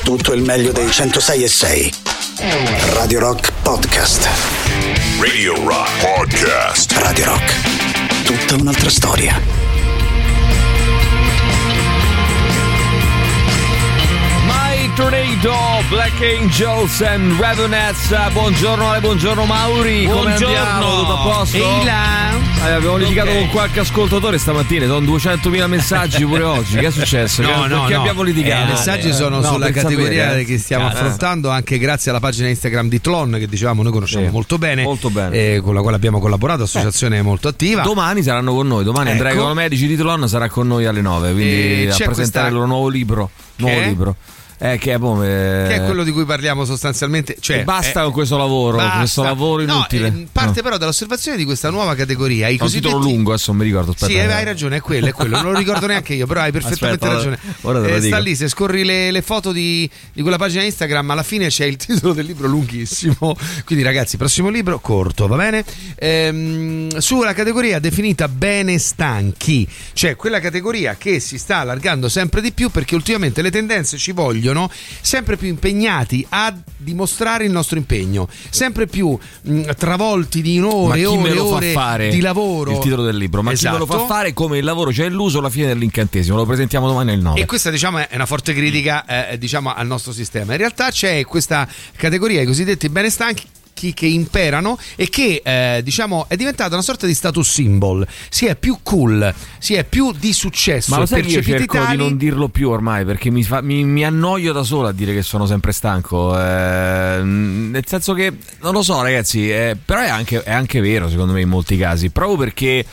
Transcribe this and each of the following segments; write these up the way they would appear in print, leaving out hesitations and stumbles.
tutto il meglio dei 106.6. Radio Rock Podcast. Radio Rock Podcast. Radio Rock, tutta un'altra storia. Tornado, Black Angels and Ravenettes. Buongiorno Ale, buongiorno Mauri. Come andiamo? Tutto a posto? Ehi là. Abbiamo litigato con qualche ascoltatore stamattina. Sono 200.000 messaggi pure oggi. Che è successo? Perché abbiamo litigato? I messaggi sono sulla categoria che stiamo affrontando, anche grazie alla pagina Instagram di Tlon, che dicevamo noi conosciamo molto bene, con la quale abbiamo collaborato, associazione molto attiva. Domani saranno con noi. Domani Andrea con medici di Tlon sarà con noi alle 9. Quindi a presentare il loro nuovo libro. Che è quello di cui parliamo sostanzialmente, cioè basta con questo lavoro, inutile. Parte però dall'osservazione di questa nuova categoria. Un titolo lungo, adesso non mi ricordo. Aspetta, sì, hai ragione, è quello, non lo ricordo neanche io, però hai perfettamente ragione. Sta lì, se scorri le foto di quella pagina Instagram, alla fine c'è il titolo del libro lunghissimo. Quindi ragazzi, prossimo libro corto, va bene? Sulla categoria definita benestanchi, cioè quella categoria che si sta allargando sempre di più, perché ultimamente le tendenze ci vogliono sempre più impegnati a dimostrare il nostro impegno, sempre più travolti di ore e ore di lavoro. Il titolo del libro, ma chi me lo fa fare? Come il lavoro c'è illuso alla fine dell'incantesimo. Lo presentiamo domani al 9. E questa, diciamo, è una forte critica al nostro sistema. In realtà c'è questa categoria, i cosiddetti benestanchi, che imperano e che è diventata una sorta di status symbol. Si è più cool, si è più di successo. Ma lo sai che io cerco di non dirlo più ormai, perché mi annoio da solo a dire che sono sempre stanco, nel senso che non lo so ragazzi, però è anche vero secondo me in molti casi, proprio perché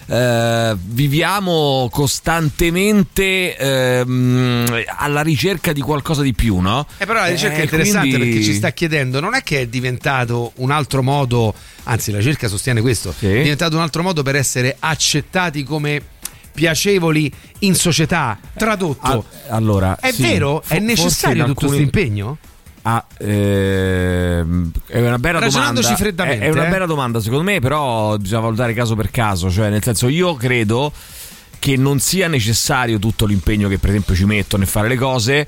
viviamo costantemente alla ricerca di qualcosa di più, no? Però la ricerca è interessante, perché ci sta chiedendo, non è che è diventato un altro modo, anzi la ricerca sostiene questo, è diventato un altro modo per essere accettati come piacevoli in società. Tradotto, allora è vero? È necessario tutto questo impegno? È una bella domanda. Freddamente, è una bella domanda secondo me, però bisogna valutare caso per caso, cioè nel senso, io credo che non sia necessario tutto l'impegno che per esempio ci metto nel fare le cose,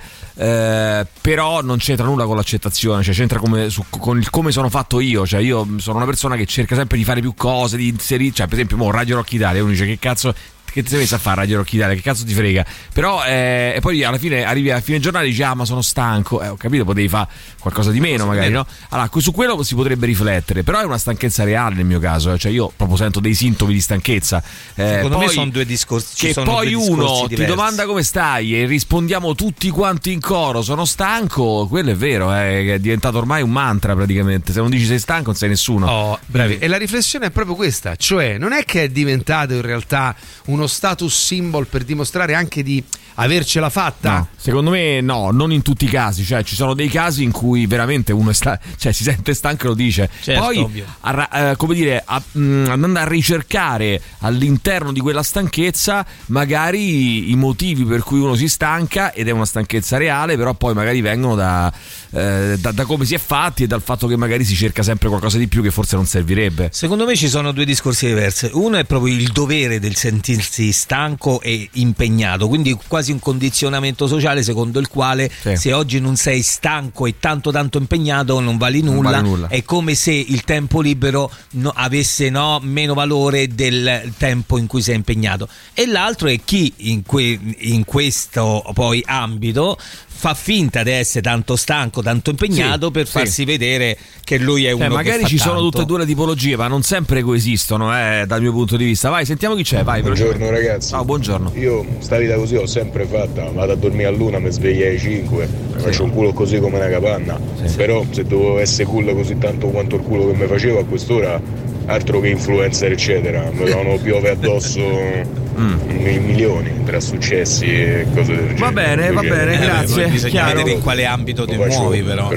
però non c'entra nulla con l'accettazione, cioè c'entra con il come sono fatto io, cioè io sono una persona che cerca sempre di fare più cose, di inserire, cioè per esempio Radio Rock Italia, uno dice che cazzo che ti sei messo a fare Radio Rock Italia, che cazzo ti frega, però e poi alla fine arrivi a fine giornata e dici ma sono stanco, ho capito, potevi fare qualcosa di meno magari, no? Allora su quello si potrebbe riflettere, però è una stanchezza reale nel mio caso, cioè io proprio sento dei sintomi di stanchezza. Secondo me sono due discorsi, che poi uno ti domanda come stai e rispondiamo tutti quanti in coro sono stanco, quello è vero, è diventato ormai un mantra praticamente, se non dici sei stanco non sei nessuno. Bravi. E la riflessione è proprio questa, cioè non è che è diventato in realtà uno status symbol per dimostrare anche di avercela fatta? No, secondo me no, non in tutti i casi, cioè ci sono dei casi in cui veramente uno cioè si sente stanco e lo dice, certo, poi come dire, andando a ricercare all'interno di quella stanchezza magari i motivi per cui uno si stanca, ed è una stanchezza reale, però poi magari vengono da come si è fatti e dal fatto che magari si cerca sempre qualcosa di più che forse non servirebbe. Secondo me ci sono due discorsi diversi. Uno è proprio il dovere del sentirsi stanco e impegnato, quindi quasi un condizionamento sociale secondo il quale se oggi non sei stanco e tanto impegnato non vali nulla. È come se il tempo libero avesse meno valore del tempo in cui sei impegnato. E l'altro è chi in questo poi ambito fa finta di essere tanto stanco, tanto impegnato per farsi vedere che lui è uno magari che fa ci sono tanto. tutte e due le tipologie, ma non sempre coesistono, dal mio punto di vista. Vai, sentiamo chi c'è, vai. Buongiorno ragazzi. Ciao, buongiorno. Io sta vita così ho sempre fatta, vado a dormire all'1, mi sveglio alle 5, faccio un culo così come una capanna, però se dovevo essere cool così tanto quanto il culo che mi facevo a quest'ora, altro che influencer eccetera, mi devono piove addosso milioni tra successi e cose del genere. Va bene, grazie. Bisogna vedere in quale ambito ti muovi, però.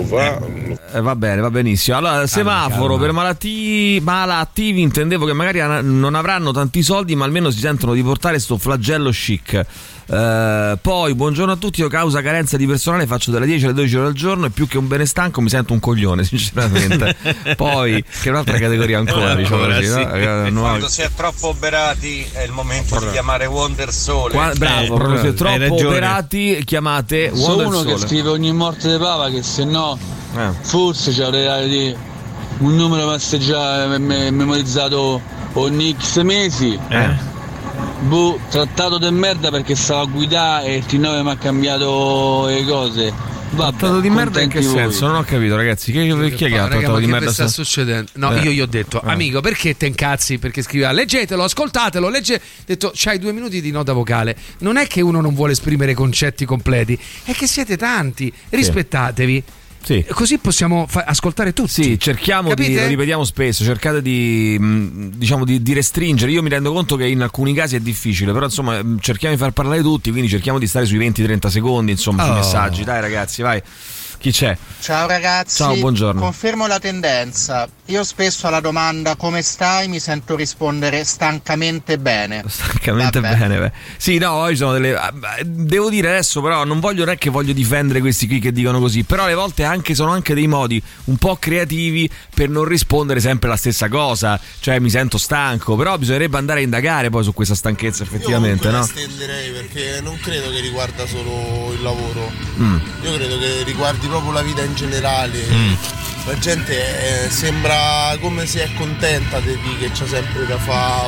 Va bene, va benissimo. Allora, semaforo per malattivi, intendevo che magari non avranno tanti soldi, ma almeno si sentono di portare sto flagello chic. Poi buongiorno a tutti, io causa carenza di personale faccio dalle 10 alle 12 ore al giorno e più che un benestanco mi sento un coglione sinceramente. Poi che è un'altra categoria ancora, diciamo così, no? Quando si è troppo oberati è il momento momento di chiamare Wonder Sole. Bravo, siete troppo operati, chiamate Wonder Sole. Sono uno che scrive ogni morte di papa, che se no forse ci avrei un numero che già memorizzato ogni X mesi. Trattato de merda perché stavo a guidare e il T9 mi ha cambiato le cose. Trattato di merda in che senso? Non ho capito, ragazzi. Chi è che ha trattato di merda? Che sta succedendo? No, io gli ho detto, amico, perché te incazzi? Perché scriveva, leggetelo, ascoltatelo, Ho detto, c'hai 2 minuti di nota vocale. Non è che uno non vuole esprimere concetti completi, è che siete tanti, rispettatevi. Sì. Così possiamo ascoltare tutti. Sì, cerchiamo Capite? lo ripetiamo spesso, cercate di restringere. Io mi rendo conto che in alcuni casi è difficile, però insomma cerchiamo di far parlare tutti, quindi cerchiamo di stare sui 20-30 secondi, insomma, sui messaggi. Dai ragazzi, vai. Chi c'è? Ciao ragazzi, ciao, buongiorno. Confermo la tendenza. Io spesso alla domanda come stai mi sento rispondere stancamente bene. Stancamente bene, beh. Sì, no, oggi sono delle. Devo dire adesso, però, non è che voglio difendere questi qui che dicono così. Però alle volte sono anche dei modi un po' creativi per non rispondere sempre la stessa cosa. Cioè, mi sento stanco. Però bisognerebbe andare a indagare poi su questa stanchezza, effettivamente, io no? Io estenderei perché non credo che riguarda solo il lavoro. Io credo che riguardi proprio la vita in generale. La gente sembra come se è contenta di che c'ha sempre da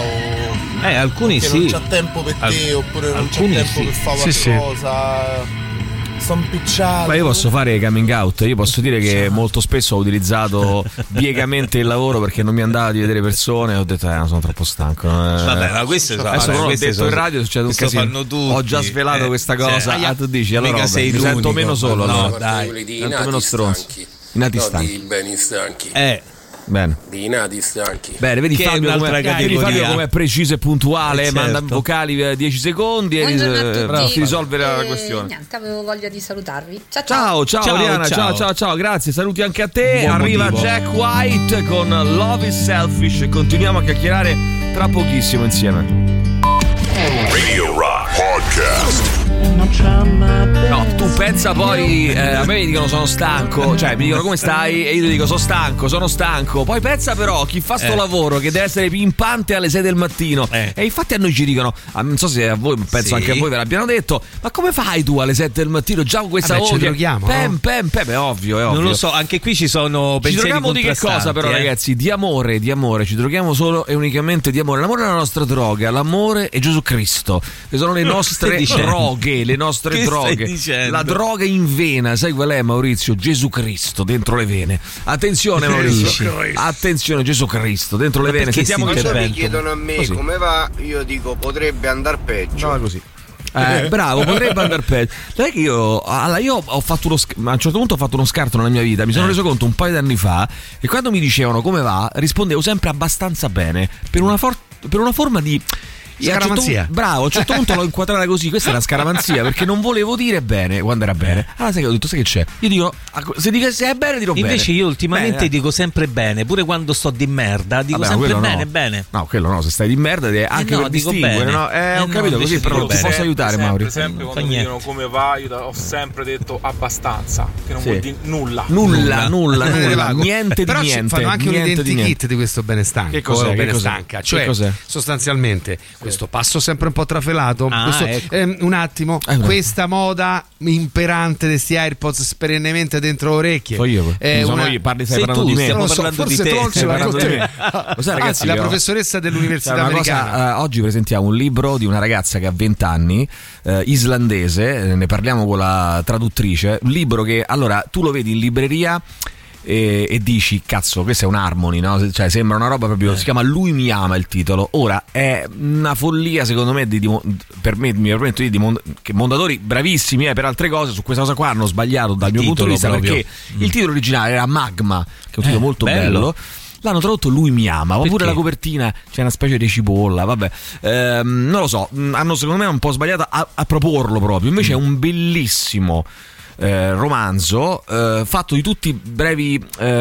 fare alcuni sì, non c'ha tempo per te, oppure non c'ha tempo per fare qualcosa. Sono picciato. Ma io posso fare coming out, io posso dire che molto spesso ho utilizzato biegamente il lavoro perché non mi andava di vedere persone e ho detto sono troppo stanco. Vabbè, ma questo adesso non l'ho detto in radio, succede un casino. Ho già svelato questa cosa. Tu dici allora mi sento meno solo, no, dai, sento meno stronzo. I nati stanchi. Di beni stanchi. Bene. Di nati stanchi. Bene, vedi Fabio come è preciso e puntuale, manda vocali 10 secondi e si risolve la questione. Niente, avevo voglia di salutarvi. Ciao Oriana, ciao, grazie, saluti anche a te. Arriva Jack White con Love is Selfish e continuiamo a chiacchierare tra pochissimo insieme. Radio Rock Podcast. No, tu pensa poi a me mi dicono sono stanco, cioè mi dicono come stai e io ti dico sono stanco. Poi pensa però chi fa sto lavoro che deve essere pimpante alle 6 del mattino e infatti a noi ci dicono, non so se a voi, penso anche a voi ve l'abbiano detto, ma come fai tu alle 7 del mattino già con questa voce? Ci droghiamo, è ovvio. Non lo so, anche qui ci sono pensieri ci droghiamo di che cosa però ragazzi? Di amore, ci droghiamo solo e unicamente di amore. L'amore è la nostra droga, l'amore è Gesù Cristo, che sono le nostre droghe, le nostre droghe. La droga in vena, sai qual è Maurizio? Gesù Cristo dentro le vene. Attenzione Maurizio, attenzione, Gesù Cristo dentro le vene. Sentiamo che c'è. Mi chiedono a me come va, io dico potrebbe andare peggio. No, così. Bravo, potrebbe andare peggio. Sai che io ho fatto a un certo punto ho fatto uno scarto nella mia vita. Mi sono reso conto un paio di anni fa che quando mi dicevano come va rispondevo sempre abbastanza bene per una forma di scaramanzia. Bravo, a un certo punto l'ho inquadrata così. Questa è una scaramanzia perché non volevo dire bene quando era bene. Allora sai che ho detto, sai che c'è? Io dico, se è bene dirò bene. Invece io ultimamente dico sempre bene, pure quando sto di merda dico sempre bene. No, quello no, se stai di merda devi anche per distinguere, no? Ho capito, così però ti posso aiutare Mauri. Sempre quando mi dicono come va, io ho sempre detto abbastanza, che non vuol dire nulla. Niente però di niente. Fanno anche un identikit di questo bene stanco. Che cos'è? Bene stanca, cioè sostanzialmente questo passo sempre un po' trafelato, un attimo, questa moda imperante di sti AirPods perennemente dentro le orecchie. Stai parlando di me. Non lo so, forse Tolci va con te. Ragazzi, la professoressa dell'università americana. Oggi presentiamo un libro di una ragazza che ha 20 anni, islandese, ne parliamo con la traduttrice. Un libro che allora tu lo vedi in libreria e dici cazzo, questo è un Harmony, no? Cioè sembra una roba proprio, si chiama Lui mi ama il titolo. Ora è una follia secondo me per me mi permetto di dire che Mondadori bravissimi per altre cose, su questa cosa qua hanno sbagliato dal mio punto di vista proprio. Perché il titolo originale era Magma, che è un titolo molto bello. L'hanno tradotto Lui mi ama, ma pure la copertina c'è una specie di cipolla, vabbè, non lo so, hanno secondo me un po' sbagliato a proporlo proprio. Invece è un bellissimo romanzo fatto di tutti brevi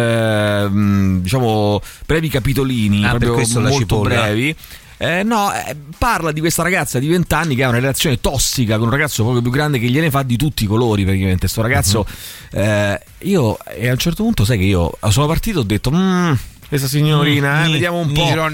brevi capitolini, proprio molto brevi. Parla di questa ragazza di 20 anni che ha una relazione tossica con un ragazzo proprio più grande che gliene fa di tutti i colori praticamente. Sto ragazzo io a un certo punto sai che io sono partito e ho detto questa signorina vediamo un po'.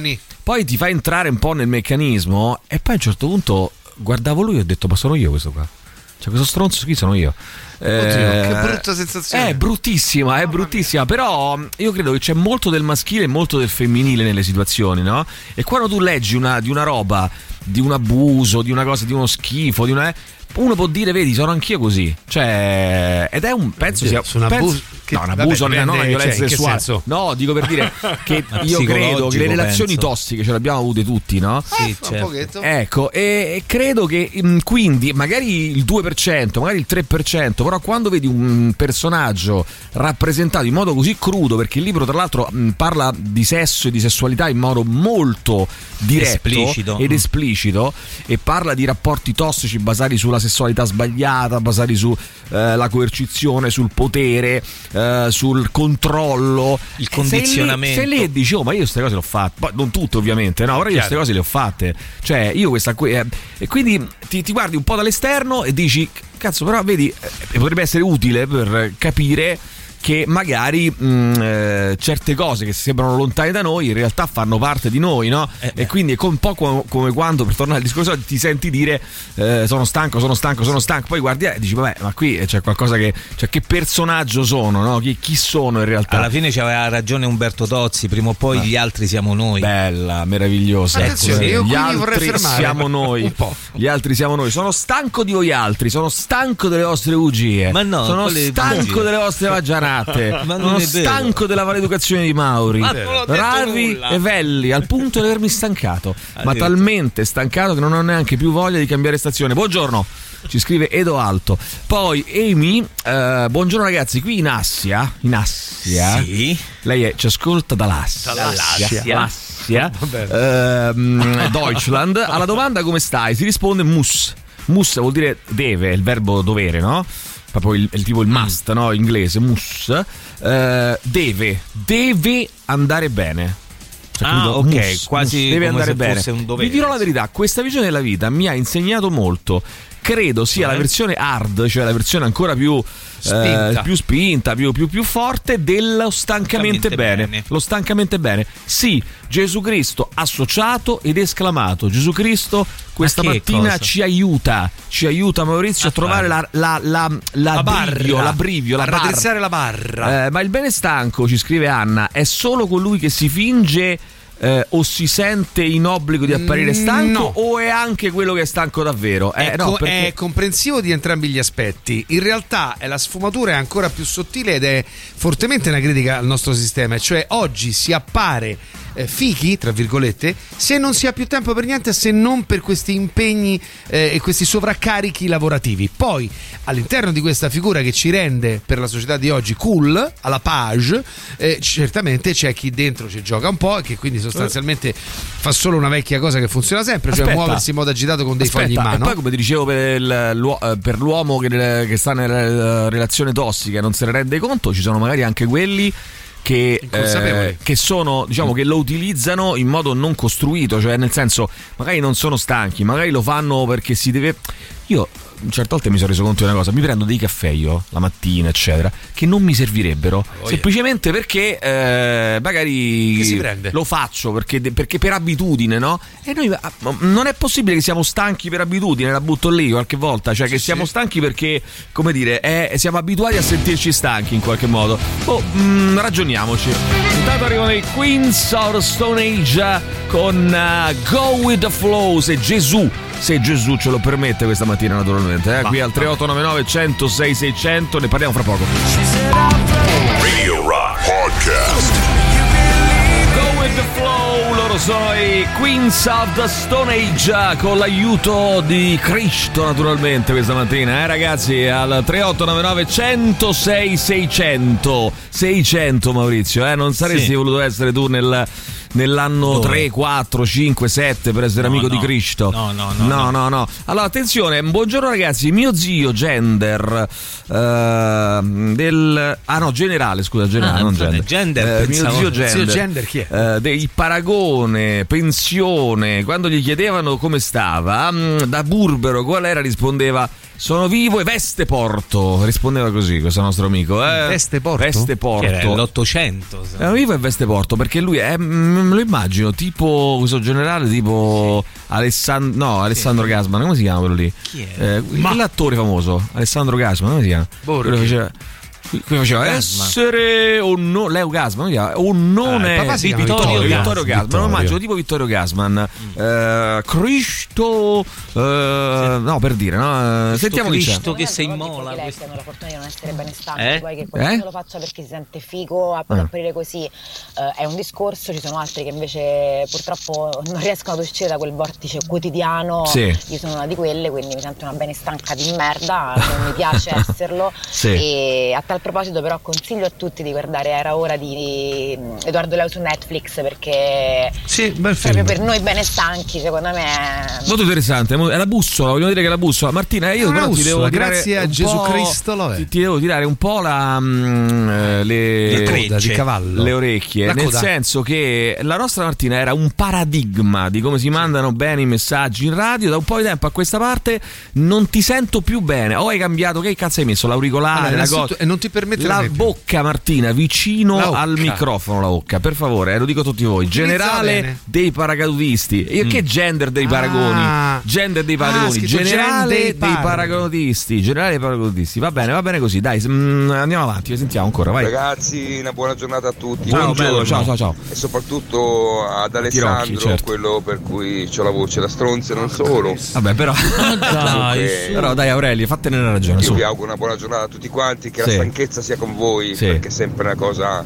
poi ti fa entrare un po' nel meccanismo e poi a un certo punto guardavo lui e ho detto ma sono io questo qua, cioè questo stronzo chi sono io? Oddio, che brutta sensazione. È bruttissima, però io credo che c'è molto del maschile e molto del femminile nelle situazioni, no? E quando tu leggi di una roba, di un abuso, di una cosa, di uno schifo, uno può dire vedi sono anch'io così, cioè, ed è un penso sia un abuso un abuso non è una violenza sessuale, no, dico per dire che io credo che le relazioni tossiche ce le abbiamo avute tutti, no? Sì, certo. Un pochetto. Ecco, e credo che quindi magari il 2%, magari il 3%, però quando vedi un personaggio rappresentato in modo così crudo, perché il libro tra l'altro parla di sesso e di sessualità in modo molto diretto ed esplicito, e parla di rapporti tossici basati sulla sessualità sbagliata, basati su la coercizione, sul potere, sul controllo, il condizionamento. Sei lì e dici ma io queste cose le ho fatte, non tutte ovviamente, no, però io queste cose le ho fatte, cioè io questa qui e quindi ti guardi un po' dall'esterno e dici cazzo, però vedi potrebbe essere utile per capire che magari certe cose che sembrano lontane da noi in realtà fanno parte di noi, no? E quindi è un po' come quando, per tornare al discorso, ti senti dire sono stanco, poi guardi e dici vabbè, ma qui c'è qualcosa che, cioè, che personaggio sono, no? Chi sono in realtà? Alla fine c'aveva ragione Umberto Tozzi, prima o poi gli altri siamo noi. Bella, meravigliosa. Attenzione, io gli altri vorrei fermare siamo noi. Un po'. Gli altri siamo noi. Sono stanco di voi altri, sono stanco delle vostre bugie. Ma no, sono stanco delle vostre baggianate. Ma sono stanco della maleducazione di Mauri, bravi nulla. e velli, al punto di avermi stancato, ma talmente stancato che non ho neanche più voglia di cambiare stazione. Buongiorno, ci scrive Edo Alto. Poi Amy, buongiorno ragazzi, qui in Assia sì. Lei ci ascolta dall'Assia. Deutschland. Alla domanda come stai si risponde muss vuol dire deve, è il verbo dovere, no? Proprio il tipo il must, no? Inglese, muss. Deve andare bene. Cioè, ok, quasi deve come andare se bene. fosse un dovere. Vi dirò la verità, questa visione della vita mi ha insegnato molto. Credo sia la versione hard, cioè la versione ancora più spinta, più forte dello stancamente bene. Lo stancamente bene. Sì, Gesù Cristo associato ed esclamato. Gesù Cristo questa mattina ci aiuta Maurizio a trovare l'abbrivio, a raddrizzare la barra. Ma il bene stanco, ci scrive Anna, è solo colui che si finge o si sente in obbligo di apparire stanco, o è anche quello che è stanco davvero? È comprensivo di entrambi gli aspetti. In realtà la sfumatura è ancora più sottile ed è fortemente una critica al nostro sistema, cioè oggi si appare fichi, tra virgolette, se non si ha più tempo per niente, se non per questi impegni e questi sovraccarichi lavorativi. Poi all'interno di questa figura che ci rende per la società di oggi cool, alla page, certamente c'è chi dentro ci gioca un po' e che quindi sostanzialmente fa solo una vecchia cosa che funziona sempre, cioè muoversi in modo agitato con dei fogli in mano. E poi, come ti dicevo, per l'uomo che sta nella relazione tossica e non se ne rende conto, ci sono magari anche quelli che sono, diciamo, che lo utilizzano in modo non costruito, cioè nel senso magari non sono stanchi, magari lo fanno perché si deve. Io certe volte mi sono reso conto di una cosa: mi prendo dei caffè io la mattina eccetera che non mi servirebbero, semplicemente perché magari lo faccio perché per abitudine, no? E noi non è possibile che siamo stanchi per abitudine, la butto lì qualche volta, cioè che siamo stanchi perché, come dire, siamo abituati a sentirci stanchi in qualche modo. Ragioniamoci. Intanto arrivano i Queens of the Stone Age con Go With The Flow, se Gesù ce lo permette questa mattina, naturalmente, qui al 3899 106 600, ne parliamo fra poco. Radio Rock Podcast. Go With The Flow, loro sono i Queens of the Stone Age, con l'aiuto di Cristo, naturalmente, questa mattina, ragazzi, al 3899 106 600 Maurizio, non saresti voluto essere tu nell'anno 3, 4, 5, 7 per essere amico di Cristo? No. Allora, attenzione, buongiorno ragazzi, mio zio gender generale, non gender. Mio zio gender chi è? Del paragone, pensione, quando gli chiedevano come stava, da burbero qual era, rispondeva: sono vivo e veste porto. Rispondeva così questo nostro amico. Veste porto? Che era l'800. Vivo e veste porto, perché lui è me lo immagino tipo questo generale tipo Alessandro Gasman, come si chiama quello lì? Chi è? L'attore famoso Alessandro Gasman, come si chiama? Quello che faceva essere o no, Leo Gasman o non è Vittorio Gasman, lo immagino tipo Vittorio Gasman, Cristo, no, per dire, no, sentiamo Cristo che sei in mola. Questi hanno la fortuna di non essere bene stanchi, poi che qualcuno lo faccia perché si sente figo ad apparire così è un discorso. Ci sono altri che invece purtroppo non riescono ad uscire da quel vortice quotidiano. Io sono una di quelle, quindi mi sento una bene stanca di merda, non mi piace esserlo. E a tal proposito però consiglio a tutti di guardare Era ora di Edoardo Leo su Netflix, perché proprio per noi bene stanchi secondo me è molto interessante. È la bussola, vogliamo dire che è la bussola. Martina, io però ti devo grazie a Gesù Cristo lo è. Ti devo tirare un po' le coda di cavallo, le orecchie, nel senso che la nostra Martina era un paradigma di come si mandano bene i messaggi in radio. Da un po' di tempo a questa parte non ti sento più bene, o hai cambiato, che cazzo hai messo, l'auricolare, la cosa, e non ti permette la bocca, Martina, vicino al microfono, la bocca, per favore, lo dico a tutti voi. Generale dei paracadutisti. Che gender dei paragoni? Gender dei paragoni, generale dei paracadutisti, generale dei paracadutisti. Va bene così, dai, andiamo avanti, vi sentiamo ancora, vai. Ragazzi, una buona giornata a tutti. Ciao, bello, ciao. E soprattutto ad Alessandro, quello per cui c'ho la voce da stronzo e non solo. Vabbè, però dai Aurelio, fattene una ragione. Io vi auguro una buona giornata a tutti quanti, che la stanchezza sia con voi, perché è sempre una cosa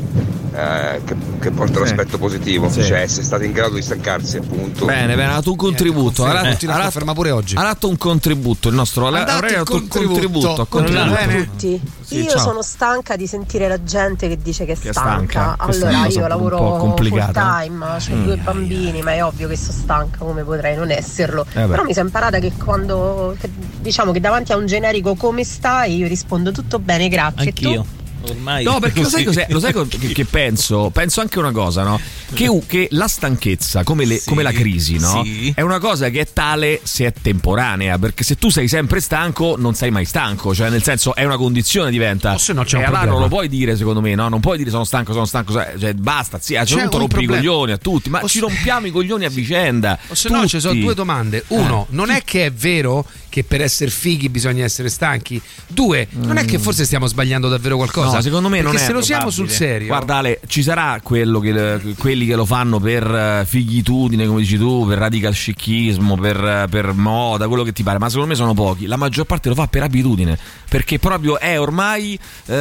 che porta l'aspetto positivo, cioè se state in grado di stancarsi, appunto. Bene, ha dato un contributo, ha ferma pure oggi. Ha dato un contributo il nostro Aurelio, ha dato un contributo. Bene. Tutti. Io sono stanca di sentire la gente che dice che è stanca. Allora io lavoro full time, ho 2 bambini, ma è ovvio che sono stanca, come potrei non esserlo. Però mi sono imparata che quando diciamo che davanti a un generico come stai, io rispondo tutto bene, grazie. Anch'io. Ormai no, perché lo sai che penso anche una cosa, no? Che la stanchezza, come la crisi, no? È una cosa che è tale se è temporanea, perché se tu sei sempre stanco non sei mai stanco, cioè nel senso è una condizione, diventa. Se no c'è un allora problema. non lo puoi dire, secondo me, no? Non puoi dire sono stanco, cioè basta, c'è rompi i coglioni a tutti, ma ci rompiamo i coglioni a vicenda. O se no ci sono 2 domande. Uno, non è che è vero che per essere fighi bisogna essere stanchi. 2, non è che forse stiamo sbagliando davvero qualcosa? No, secondo me non è. Perché se lo siamo sul serio. Guarda Ale, ci sarà quelli che lo fanno per fighitudine, come dici tu, per radical scichismo, per moda, quello che ti pare, ma secondo me sono pochi. La maggior parte lo fa per abitudine, perché proprio è ormai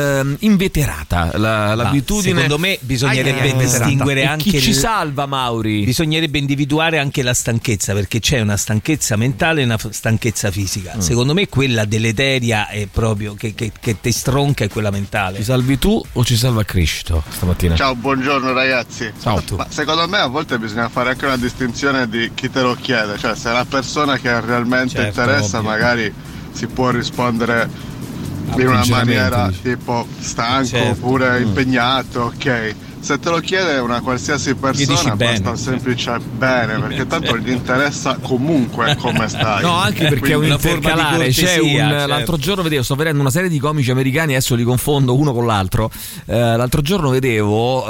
inveterata l'abitudine. Secondo me bisognerebbe distinguere anche chi ci salva, Mauri. Bisognerebbe individuare anche la stanchezza, perché c'è una stanchezza mentale e una stanchezza fisica. Secondo me quella deleteria è proprio che ti stronca è quella mentale. Ci salvi tu o ci salva Cristo stamattina? Ciao, buongiorno ragazzi. Ciao. Ma secondo me a volte bisogna fare anche una distinzione di chi te lo chiede, cioè se la persona che realmente interessa magari si può rispondere in una maniera tipo stanco oppure impegnato, ok. Se te lo chiede una qualsiasi persona basta semplice bene, perché tanto gli interessa comunque come stai. No, anche perché è un intercalare. L'altro giorno sto vedendo una serie di comici americani, adesso li confondo uno con l'altro. L'altro giorno vedevo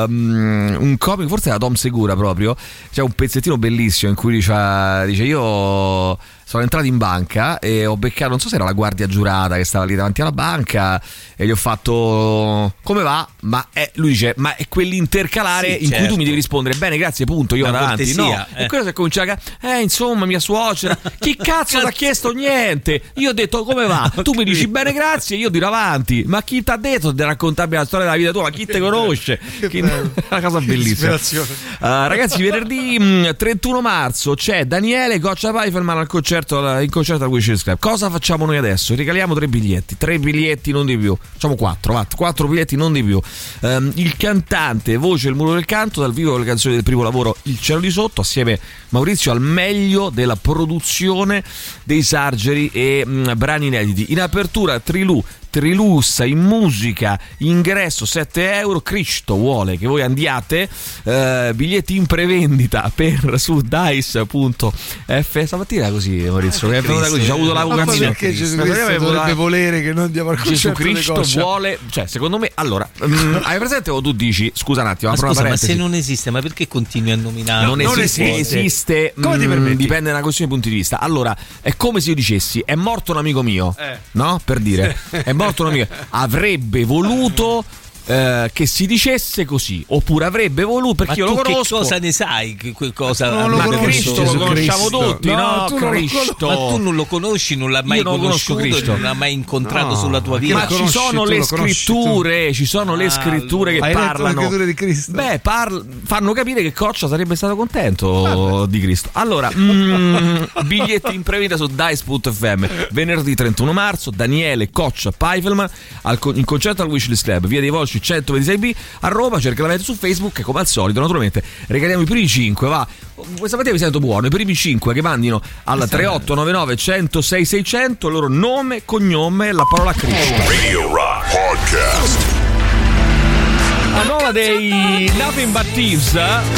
un comico, forse era Tom Segura proprio, c'è un pezzettino bellissimo in cui dice io sono entrato in banca e ho beccato, non so se era la guardia giurata che stava lì davanti alla banca, e gli ho fatto come va? Ma lui dice, ma è quell'intercalare in cui tu mi devi rispondere bene, grazie, punto, io vado avanti. No, e quello si è cominciato insomma, mia suocera, chi cazzo ti ha chiesto niente? Io ho detto come va? Tu mi dici bene, grazie, io tiro avanti. Ma chi ti ha detto di raccontarmi la storia della vita tua? Ma chi te conosce? Una cosa bellissima. Ragazzi, venerdì 31 marzo c'è Daniele Goccia Pfeifferman al concerto in concerto al Wishers Club. Cosa facciamo noi adesso? Regaliamo 3 biglietti, non di più. Facciamo 4 biglietti, non di più. Il cantante, voce Il Muro del Canto, dal vivo le canzoni del primo lavoro Il Cielo di Sotto, assieme Maurizio al meglio della produzione dei Sargeri e brani inediti. In apertura Trilù, Trilussa in musica, ingresso 7 euro. Cristo vuole che voi andiate, biglietti in prevendita su dice.f. Stamattina così Maurizio è venuta così, ha avuto la vocazione. Perché Gesù Cristo dovrebbe volere che non diamo al concerto. Gesù Cristo vuole, cioè secondo me, allora hai presente o tu dici scusa un attimo, ma se non esiste, ma perché continui a nominare? Non esiste. Dipende da una questione di punti di vista. Allora è come se io dicessi è morto un amico mio, no? Per dire è morto un amico, avrebbe voluto che si dicesse così, oppure avrebbe voluto, perché io lo conosco. Che cosa ne sai? Cristo lo conosciamo tutti, no? Cristo. Ma tu non lo conosci, non l'hai mai conosciuto, non l'hai mai incontrato sulla tua vita. Ma ci sono le scritture, che parlano. Le scritture di Cristo. Beh, fanno capire che Coccia sarebbe stato contento di Cristo. Allora, biglietti in previta su dice.fm. Venerdì 31 marzo, Daniele Coccia Paifelman in concerto al Wishlist Club, via dei Volsci 126B a Roma. Cerca la meta su Facebook e come al solito naturalmente regaliamo i primi 5, va, questa mattina mi sento buono, i primi 5 che mandino al 3899 106 600 il loro nome, cognome e la parola Cristo. Radio Rock Podcast. La nuova dei Nothing But Thieves.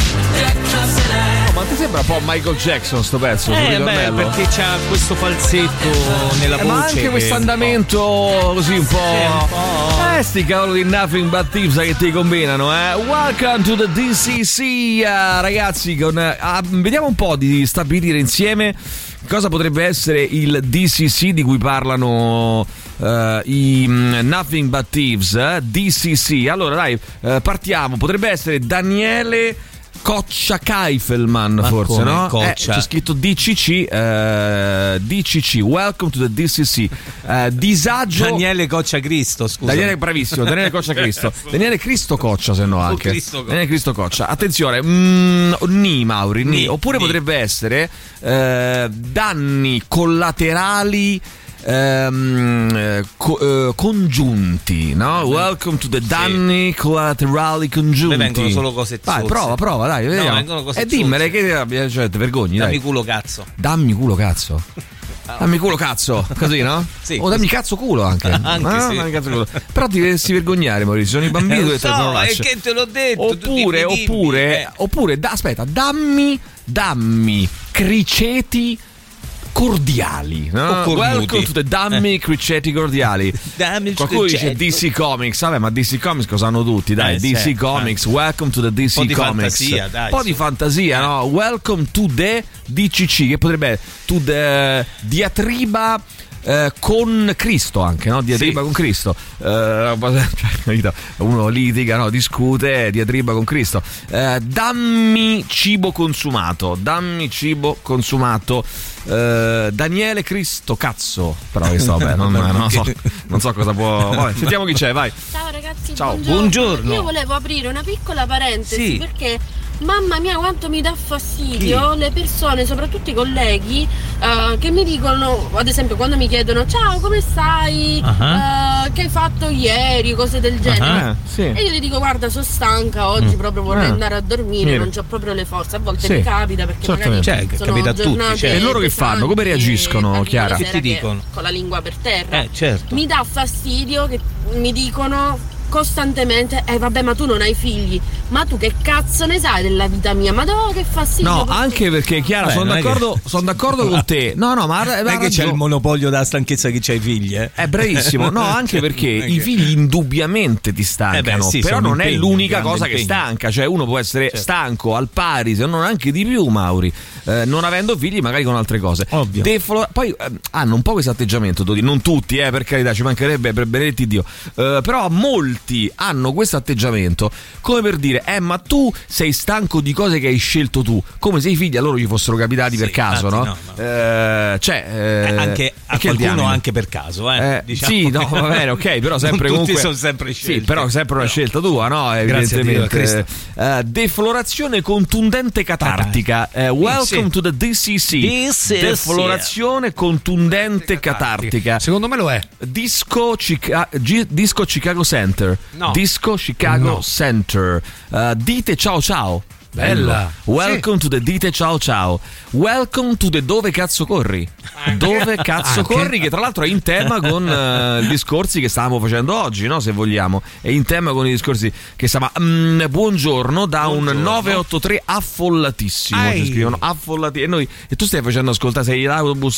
Ma ti sembra un po' Michael Jackson sto pezzo? Perché c'ha questo falsetto nella voce. Ma anche questo andamento così un po'. Sti cavolo di Nothing But Thieves che ti combinano, Welcome to the DCC, ragazzi. Vediamo un po' di stabilire insieme cosa potrebbe essere il DCC di cui parlano i Nothing But Thieves. DCC. Allora dai, partiamo. Potrebbe essere Daniele Coccia Kaifelman, forse, no? C'è scritto DCC. DCC, welcome to the DCC. Disagio. Daniele Coccia Cristo, scusa. Daniele, bravissimo, Daniele Coccia Cristo. Daniele Cristo Coccia, se no anche. Daniele Cristo Coccia. Attenzione, Mauri. Oppure potrebbe essere danni collaterali congiunti, no? Welcome to the danni collaterali congiunti. Vengono solo cose dai, prova, dai, vediamo. E dimmele che cioè, ti vergogni, dammi dai. culo cazzo. Dammi culo cazzo. Dammi culo cazzo, così, no? Sì, o dammi cazzo culo anche. Sì. Dammi cazzo culo. Però ti dovresti vergognare, Maurizio, sono i bambini che è che te l'ho detto. Oppure aspetta, dammi criceti cordiali, no? Welcome to the dammi criceti cordiali. Qualcuno dice DC Comics, vabbè, ma DC Comics cosa hanno tutti, dai. DC Comics, welcome to the DC Comics. Fantasia, dai, un po' di fantasia, no? Welcome to the DCC, che potrebbe to the diatriba con Cristo anche, no? Diatriba con Cristo. Uno litiga, no? Discute, diatriba con Cristo. Dammi cibo consumato. Daniele Cristo cazzo. Però questo vabbè, non so cosa può. Vabbè, sentiamo chi c'è, vai. Ciao ragazzi, ciao. Buongiorno. Io volevo aprire una piccola parentesi perché mamma mia quanto mi dà fastidio le persone, soprattutto i colleghi, che mi dicono, ad esempio quando mi chiedono ciao come stai, che hai fatto ieri, cose del genere, e io gli dico guarda sono stanca oggi, proprio vorrei andare a dormire, non c'ho proprio le forze. A volte mi capita perché magari sono capita a tutti, e loro che fanno? Come reagiscono, Chiara? Che ti dicono? Con la lingua per terra. Mi dà fastidio che mi dicono costantemente vabbè, ma tu non hai figli, ma tu che cazzo ne sai della vita mia? Ma che fastidio. No, anche perché Chiara, sono d'accordo con te. No, ma non è che c'è il monopolio della stanchezza che c'hai figli, bravissimo. No, anche perché i figli indubbiamente ti stancano, però non è l'unica cosa che stanca. Cioè uno può essere stanco al pari, se non anche di più, Mauri, non avendo figli, magari con altre cose. Ovvio. Poi hanno un po' questo atteggiamento, non tutti, per carità, ci mancherebbe, per benedetti Dio, però molti hanno questo atteggiamento come per dire ma tu sei stanco di cose che hai scelto tu, come se i figli a loro gli fossero capitati per caso, no? Anche a qualcuno anche per caso, diciamo. Sì, no, va bene, ok, però sempre non comunque tutti sono sempre scelte. Sì, però sempre una scelta tua, no? Evidentemente. Deflorazione contundente catartica. Welcome to the DCC. Deflorazione contundente catartica. Secondo me lo è. Disco Chicago Center. No. Disco Chicago Center. Dite ciao ciao. Bella. Welcome to the Dite ciao ciao. Welcome to the Dove cazzo corri? Dove cazzo corri? Che tra l'altro è in tema con i discorsi che stavamo facendo oggi, no? Se vogliamo. È in tema con i discorsi che stavamo. Buongiorno da un 983 affollatissimo. Ci scrivono affollatissimo. E tu stai facendo ascoltare, sei l'autobus,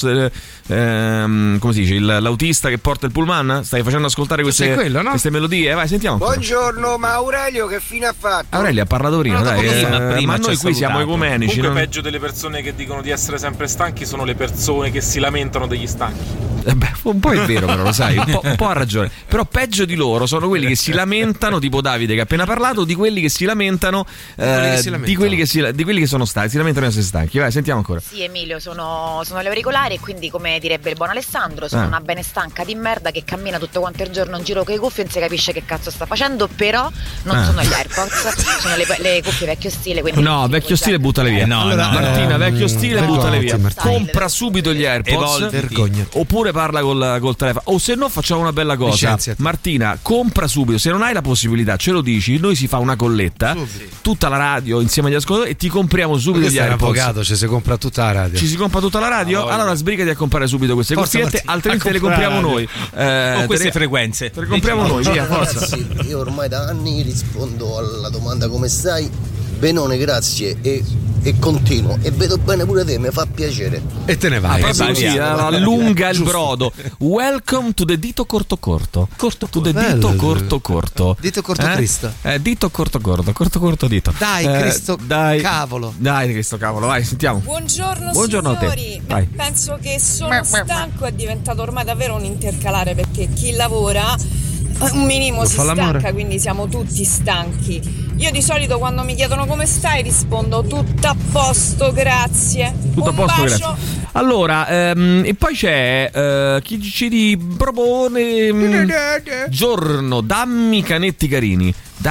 come si dice, l'autista che porta il pullman? Stai facendo ascoltare queste melodie? Vai, sentiamo. Buongiorno, ma Aurelio che fine ha fatto? Aurelio ha parlato prima, dai. Ma noi qui siamo ecumenici. Comunque peggio delle persone che dicono di essere sempre stanchi sono le persone che si lamentano degli stanchi. Un po' è vero, però lo sai, un po' ha ragione. Però peggio di loro sono quelli che si lamentano, tipo Davide che ha appena parlato, di quelli che si lamentano, di quelli che sono stanchi, si lamentano di essere stanchi. Vai, sentiamo ancora. Sì, Emilio, sono le auricolari e quindi, come direbbe il buon Alessandro, sono una bene stanca di merda che cammina tutto quanto il giorno in giro con i cuffie e non si capisce che cazzo sta facendo, però non sono gli AirPods, sono le cuffie vecchio stile. No, vecchio stile buttale via. Martina, vecchio stile buttale via. Compra subito gli AirPods, oppure parla col telefono. O se no facciamo una bella cosa. Martina, compra subito. Se non hai la possibilità, ce lo dici, noi si fa una colletta, tutta la radio insieme agli ascoltatori, e ti compriamo subito gli AirPods. Avvocato, cioè si compra tutta la radio. Ci si compra tutta la radio? Allora sbrigati a comprare subito queste cuffiette, altrimenti le compriamo noi. Con queste frequenze. Le compriamo noi, via, forza. Io ormai da anni rispondo alla domanda come stai? Benone, grazie, e continuo, e vedo bene pure te, mi fa piacere. E te ne vai. Allunga il brodo. Welcome to the Dito corto. To the Dito corto. Dito corto Cristo. Dito corto dito. Dai, Cristo, dai. Cavolo. Dai, Cristo cavolo, vai, sentiamo. Buongiorno signori. A te. Penso che sono stanco, è diventato ormai davvero un intercalare, perché chi lavora un minimo si stanca, quindi siamo tutti stanchi. Io di solito quando mi chiedono come stai rispondo tutto a posto, grazie. Tutto a posto, grazie. Allora, e poi c'è chi ci propone giorno, dammi canetti carini.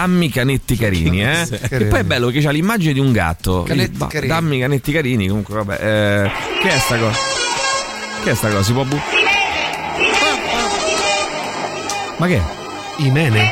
E poi è bello che c'ha l'immagine di un gatto. Dammi canetti carini. Comunque vabbè, che è sta cosa? Si può ma che è? Imene?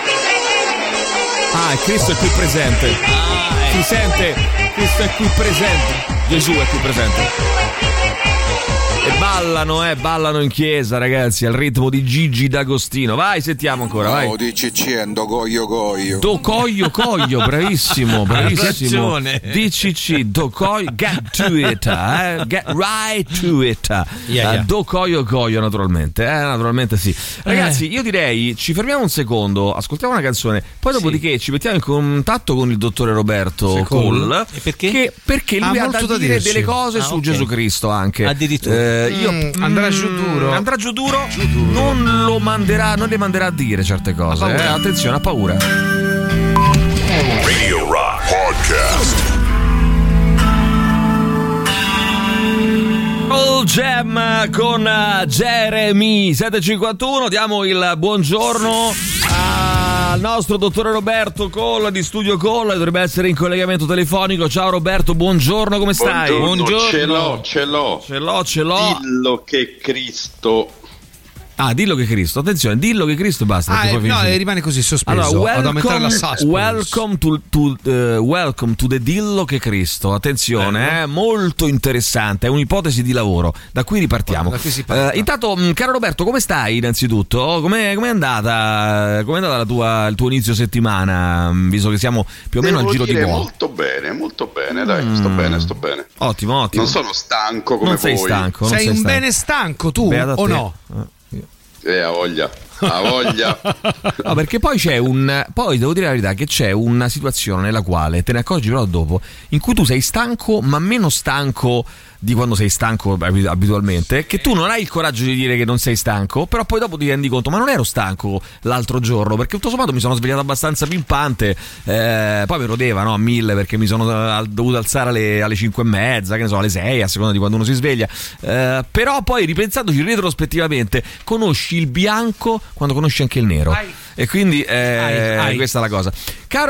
Ah, Cristo è qui presente. Si sente? Cristo è qui presente. Gesù è qui presente. E ballano in chiesa, ragazzi, al ritmo di Gigi D'Agostino. Vai, sentiamo ancora, vai. DCC, coglio. Do coglio, bravissimo. DCC, do coglio, get to it, get right to it. Do coglio, naturalmente, naturalmente sì. Ragazzi, io direi, ci fermiamo un secondo, ascoltiamo una canzone, poi dopodiché ci mettiamo in contatto con il dottore Roberto Cole. E perché? Perché lui ha da dire delle cose su Gesù Cristo anche. Addirittura. Andrà giù duro. Non le manderà a dire certe cose. Attenzione, ha paura. Radio Rock Podcast. All Jam con Jeremy 751. Diamo il buongiorno al nostro dottore Roberto Colla di Studio Colla, dovrebbe essere in collegamento telefonico. Ciao Roberto, buongiorno, come stai? Buongiorno. Ce l'ho. Dillo che Cristo. Dillo che Cristo, attenzione, dillo che Cristo, basta. Rimane così sospeso. Allora, welcome to the dillo che Cristo. Attenzione, molto interessante, è un'ipotesi di lavoro. Da qui ripartiamo. Intanto, caro Roberto, come stai innanzitutto? Com'è andata? Com'è andata il tuo inizio settimana? Visto che siamo più o meno al giro di boa. Molto bene, dai, sto bene. Ottimo. Non sono stanco come voi. Sei un bene stanco tu, o no? Ha voglia. No, perché poi poi devo dire la verità che c'è una situazione nella quale te ne accorgi però dopo, in cui tu sei stanco, ma meno stanco di quando sei stanco abitualmente, che tu non hai il coraggio di dire che non sei stanco, però poi dopo ti rendi conto, ma non ero stanco l'altro giorno, perché tutto sommato mi sono svegliato abbastanza pimpante, poi mi rodeva a 1000 perché mi sono dovuto alzare alle 5:30, che ne so, alle 6, a seconda di quando uno si sveglia, però poi ripensandoci retrospettivamente conosci il bianco quando conosci anche il nero. E quindi questa è la cosa.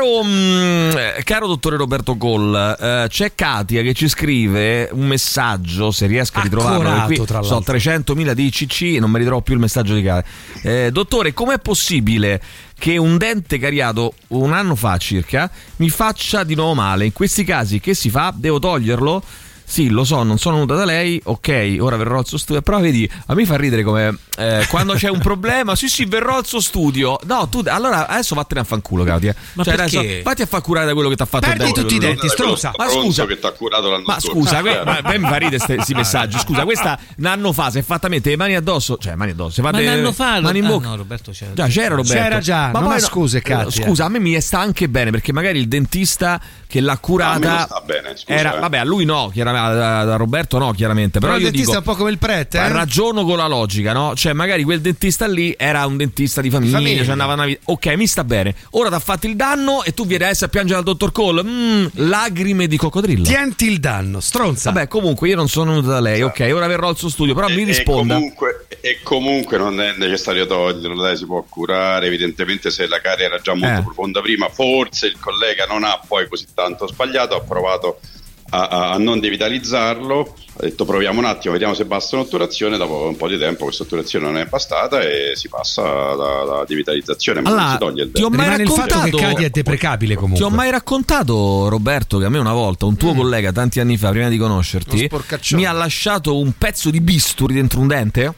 Caro dottore Roberto Coll, c'è Katia che ci scrive un messaggio, se riesco a ritrovarlo, qui sono 300.000 di ICC e non mi ritrovo più il messaggio di Katia. Dottore, com'è possibile che un dente cariato un anno fa circa mi faccia di nuovo male? In questi casi che si fa? Devo toglierlo? Sì, lo so, non sono venuta da lei, ok, ora verrò al suo studio. Però vedi, a me fa ridere come quando c'è un problema, sì, verrò al suo studio. No, tu allora adesso vattene a fanculo, Katia. Ma perché? Adesso vatti a far curare da quello che ti ha fatto il dente. Perdi tutti i denti, stronza. Ma scusa, che ti ha curato l'anno scorso. Ma scusa, mi fa ridere questi messaggi. Scusa, questa un anno fa si è fatta mettere le mani addosso, si fa un anno fa mani in bocca. No, Roberto c'era. C'era Roberto. C'era già, ma poi scuse, Katia. Scusa, a me mi sta anche bene, perché magari il dentista che l'ha curata sta bene, scusa, era vabbè, a lui no, da Roberto no, chiaramente, però il io dentista dico, è un po' come il prete, ragiono con la logica, no? Cioè magari quel dentista lì era un dentista di famiglia. Cioè andava ok, mi sta bene, ora ti ha fatto il danno e tu vieni adesso a piangere al dottor Cole, lagrime di coccodrillo. Tienti il danno, stronza. Vabbè, comunque io non sono venuto da lei, ok, ora verrò al suo studio, però mi risponda. E comunque non è necessario toglierlo, lei si può curare, evidentemente se la carie era già molto profonda prima, forse il collega non ha poi così tanto sbagliato, ha provato a non devitalizzarlo, ha detto proviamo un attimo, vediamo se basta un'otturazione. Dopo un po' di tempo questa otturazione non è bastata e si passa alla devitalizzazione, ma non si toglie il dente. Ti ho mai raccontato che Katia è deprecabile comunque. Ti ho mai raccontato, Roberto, che a me una volta un tuo collega tanti anni fa, prima di conoscerti, mi ha lasciato un pezzo di bisturi dentro un dente?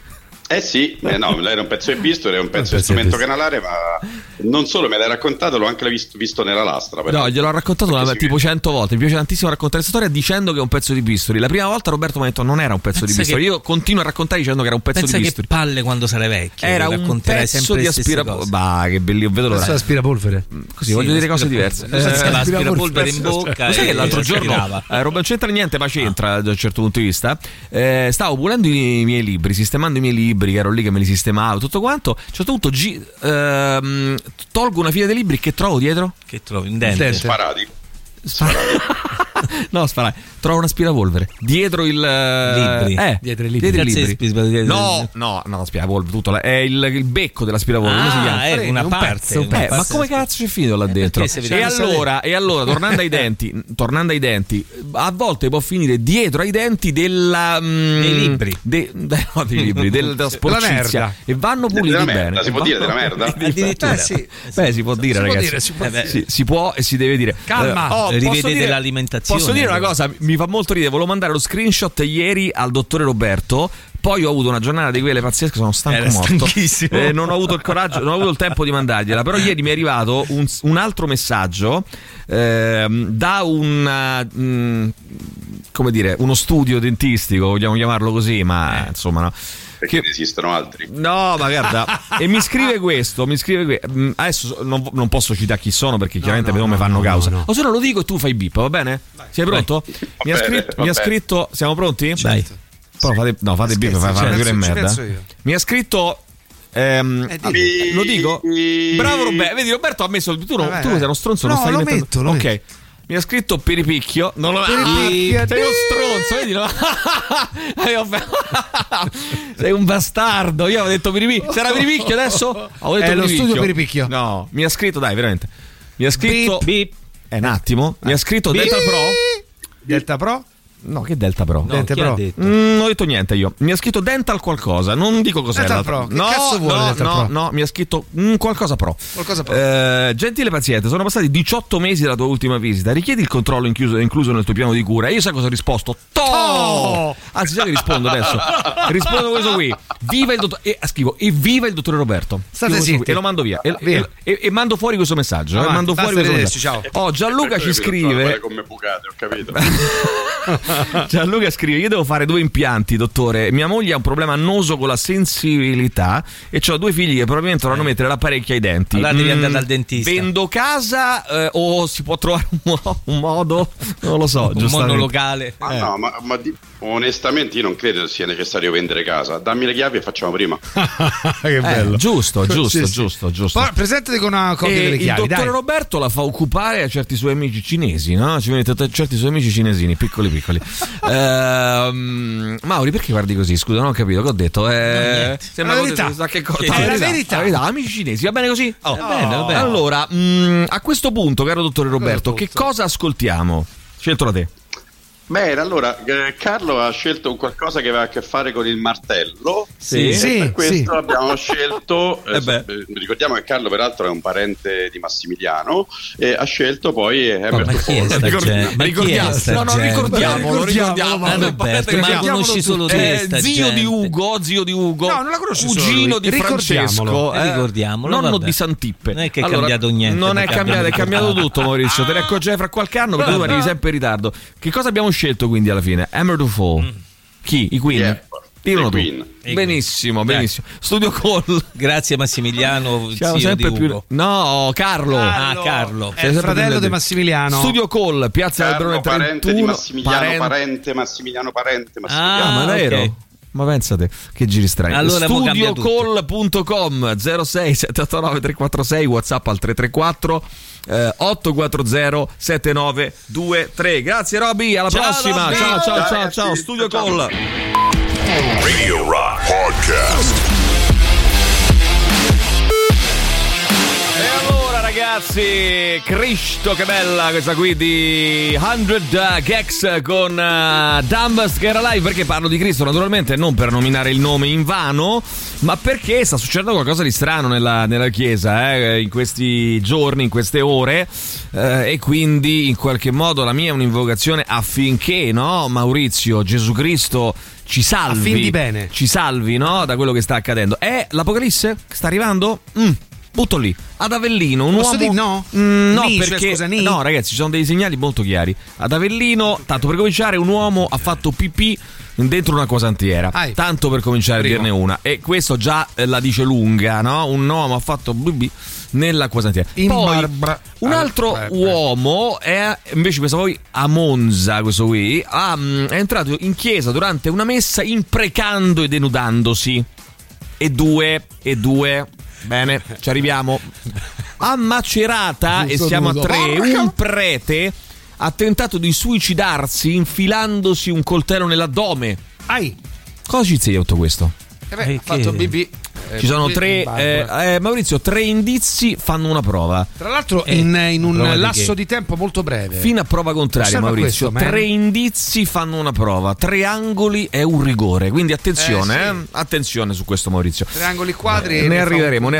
Sì, no, lei era un pezzo di bisturi, era un pezzo di strumento canalare, ma non solo me l'hai raccontato, l'ho anche visto nella lastra. No, gliel'ho raccontato tipo 100 volte. Mi piace tantissimo raccontare questa storia dicendo che è un pezzo di bisturi. La prima volta Roberto mi ha detto non era un pezzo di bisturi. Io continuo a raccontare dicendo che era un pezzo di bisturi. Che palle quando sarai vecchio. Era un pezzo di aspirapolvere. Bah, che bellissimo, vedo l'ora. Aspirapolvere. Così voglio dire cose diverse. L'aspirapolvere in bocca. Lo sai che l'altro giorno non c'entra niente, ma c'entra da un certo punto di vista. Stavo pulendo i miei libri, sistemando i miei libri, che ero lì che me li sistemavo, tutto quanto. A un certo punto tolgo una fila dei libri, che trovo dietro? Che trovi? Un dente. Sparati. No, sparati. Trovo un aspirapolvere dietro il libri. Dietro i libri. No, aspirapolvere tutto è il becco dell'aspirapolvere. Come si chiama? È una parte. Ma come cazzo c'è finito là dentro? E allora tornando ai denti, a volte può finire dietro ai denti dei libri. Della sporcizia. E vanno puliti bene. Si può dire della merda? Addirittura. Si può dire, ragazzi. Si può e si deve dire. Calma. Rivedete l'alimentazione. Posso dire una cosa? Mi fa molto ridere, volevo mandare lo screenshot ieri al dottore Roberto. Poi ho avuto una giornata di quelle pazzesche, sono stanco morto. Non ho avuto il coraggio, non ho avuto il tempo di mandargliela. Però ieri mi è arrivato un altro messaggio da come dire, uno studio dentistico, vogliamo chiamarlo così, ma insomma no. Perché ne esistono altri. No, ma guarda, e mi scrive questo. Adesso non posso citare chi sono perché chiaramente non mi fanno causa. O se no lo dico e tu fai bip, va bene? Sei pronto? Mi ha scritto, siamo pronti? Dai. Fate bip, fate pure merda. Mi ha scritto lo dico? Bravo Roberto. Vedi, Roberto ha messo tu sei uno stronzo, non stai mettendo. Ok. Mi ha scritto Peripicchio. Non lo sei uno stronzo, vedi? Sei un bastardo. Io avevo detto Peripicchio. C'era Peripicchio adesso? Ho detto lo studio Peripicchio. No, mi ha scritto, dai, veramente. Mi ha scritto un attimo. Mi ha scritto Delta Pro? No, che Delta Pro? No, Delta Pro. Non ho detto niente io. Mi ha scritto Dental qualcosa, non dico cos'è. Delta Pro. Che cazzo vuole Delta Pro? No, mi ha scritto qualcosa Pro. Gentile paziente, sono passati 18 mesi dalla tua ultima visita. Richiedi il controllo incluso nel tuo piano di cura. E io sai cosa ho risposto? Anzi, sai che rispondo adesso? Rispondo questo qui. Viva il dottore. Scrivo evviva il dottore Roberto. State zitti. E lo mando via. E mando fuori questo messaggio. Mando fuori questo messaggio. Ciao. Gianluca ci scrive. Come bucate, ho capito. Gianluca scrive: io devo fare 2 impianti, dottore. Mia moglie ha un problema annoso con la sensibilità e ho 2 figli che probabilmente dovranno mettere l'apparecchio ai denti. Allora devi andare dal dentista. Vendo casa o si può trovare un modo? Non lo so, un modo locale. Ma onestamente io non credo sia necessario vendere casa. Dammi le chiavi e facciamo prima. Che bello. Giusto. Poi presentate con una copia delle chiavi. Il dottore Roberto la fa occupare a certi suoi amici cinesi, no? Ci mette certi suoi amici cinesini, piccoli. Mauri, perché guardi così? Scusa, non ho capito che ho detto. Sembra la verità. La verità. Amici cinesi, va bene così? Bene. Allora, a questo punto, caro dottore Roberto, che cosa ascoltiamo? Sceltolo da te. Bene, allora Carlo ha scelto qualcosa che aveva a che fare con il martello. Sì. Per questo abbiamo scelto. Ricordiamo che Carlo, peraltro, è un parente di Massimiliano. E ha scelto poi Emerson Fall. Ricordiamolo. Roberto, ma conosci solo te? Zio di Ugo. No, non la conosci. Cugino di Francesco. Ricordiamolo. Nonno di Santippe. Non è che è cambiato niente. Non è cambiato, è cambiato tutto, Maurizio. Te ne accorgerai fra qualche anno perché tu arrivi sempre in ritardo. Che cosa abbiamo scelto quindi alla fine? Emerson Fall. Chi? I Queen? Dillo tu. Benissimo. Studio Call. Grazie Massimiliano. Siamo sempre più. No, Carlo. Carlo. È il fratello di Massimiliano. Studio Call, Piazza del Brone 31. Parente di Massimiliano. Ma davvero? Ma pensate che giri strani. Allora, studiocall.com 06 789 346, WhatsApp al 334 840 7923. Grazie Roby, alla prossima. Ciao. Studio Call. Radio Rock Podcast. E allora ragazzi, Cristo che bella questa qui di 100 Gex con Dumbest Get Alive. Perché parlo di Cristo? Naturalmente non per nominare il nome in vano, ma perché sta succedendo qualcosa di strano nella chiesa in questi giorni, in queste ore, e quindi in qualche modo la mia è un'invocazione affinché, no, Maurizio, Gesù Cristo ci salvi, affin di bene, ci salvi, no, da quello che sta accadendo. È l'Apocalisse che sta arrivando? Butto lì ad Avellino un Posso uomo no perché no ragazzi, ci sono dei segnali molto chiari. Ad Avellino, tanto per cominciare, un uomo ha fatto pipì dentro una cosantiera, tanto per cominciare a dirne una, e questo già la dice lunga, no? Un uomo ha fatto pipì nella cosantiera. Poi un altro uomo è invece, questo poi a Monza, questo qui è entrato in chiesa durante una messa imprecando e denudandosi. E due bene, ci arriviamo. A Macerata, e siamo a 3, un prete ha tentato di suicidarsi infilandosi un coltello nell'addome. Cosa ci insegna tutto questo? Ha fatto pipì. Ci sono Maurizio, 3 indizi fanno una prova. Tra l'altro in un lasso di tempo molto breve. Fino a prova contraria, Maurizio. 3 indizi fanno una prova. 3 angoli è un rigore. Quindi attenzione, attenzione su questo, Maurizio. 3 angoli quadri. Ne arriveremo.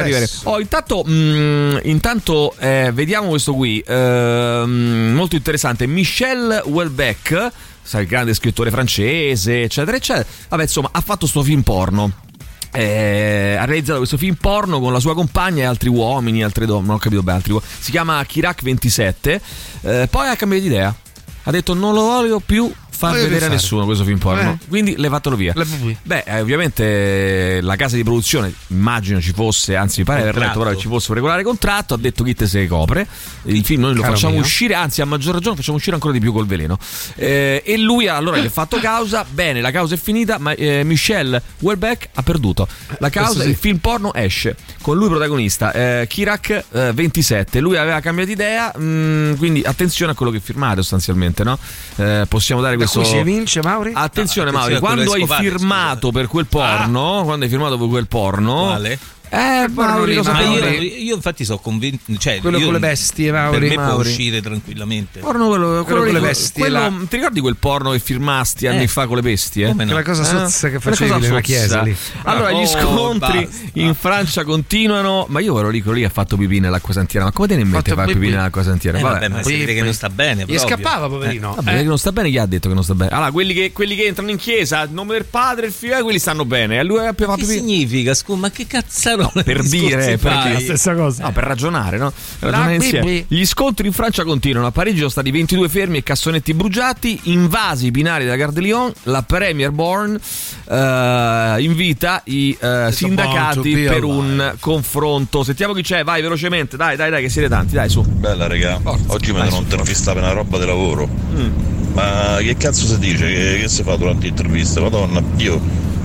Intanto vediamo questo qui. Molto interessante. Michel Houellebecq, sai, il grande scrittore francese, eccetera, eccetera. Vabbè, insomma, ha fatto sto film porno. Ha realizzato questo film porno con la sua compagna e altri uomini, altre donne, non ho capito bene, altri uomini. Si chiama Chirac 27. Poi ha cambiato idea, ha detto non lo voglio più far vedere a nessuno questo film porno, quindi levatelo via. Ovviamente la casa di produzione, immagino ci fosse, anzi mi pare aver letto però che ci fosse un regolare contratto, ha detto chi te se ne copre, il film noi lo facciamo uscire, anzi a maggior ragione facciamo uscire ancora di più col veleno, e lui allora gli ha fatto causa. Bene, la causa è finita, ma Michel Houellebecq ha perduto la causa, il film porno esce con lui protagonista, Chirac 27. Lui aveva cambiato idea, quindi attenzione a quello che firmate sostanzialmente, no? Possiamo dare questo. Si vince, Mauri? Attenzione, Mauri, quando hai firmato per quel porno, Quale? Mauri, io infatti sono convinto, cioè quello con le bestie, Mauri, per me può uscire tranquillamente. Quello con le bestie. Ti ricordi quel porno che firmasti anni fa con le bestie? Come no? Quella cosa sozza che facevi nella chiesa lì. Allora, gli scontri in Francia continuano. Ma io ero lì ha fatto pipì nell'acqua santiera. Ma come te ne metti a fare pipì nell'acqua santiera? Vabbè, ma si vede che non sta bene. Gli scappava, poverino. Vabbè, che non sta bene, chi ha detto che non sta bene? Allora, quelli che entrano in chiesa, il nome del padre, il figlio, quelli stanno bene. Lui fa pipì. Che significa? Scusa, ma che cazzarone? Per dire, perché la stessa cosa. No, per ragionare, no? Insieme. Gli scontri in Francia continuano. A Parigi sono stati 22 fermi e cassonetti bruciati, invasi i binari della Gare de Lyon. La Premier Born invita i sindacati per un confronto. Sentiamo chi c'è, vai velocemente, dai che siete tanti, dai, su. Bella raga, oggi mi non te ne fissava una roba di lavoro. Ma che cazzo si dice? Che si fa durante l'intervista? Madonna, io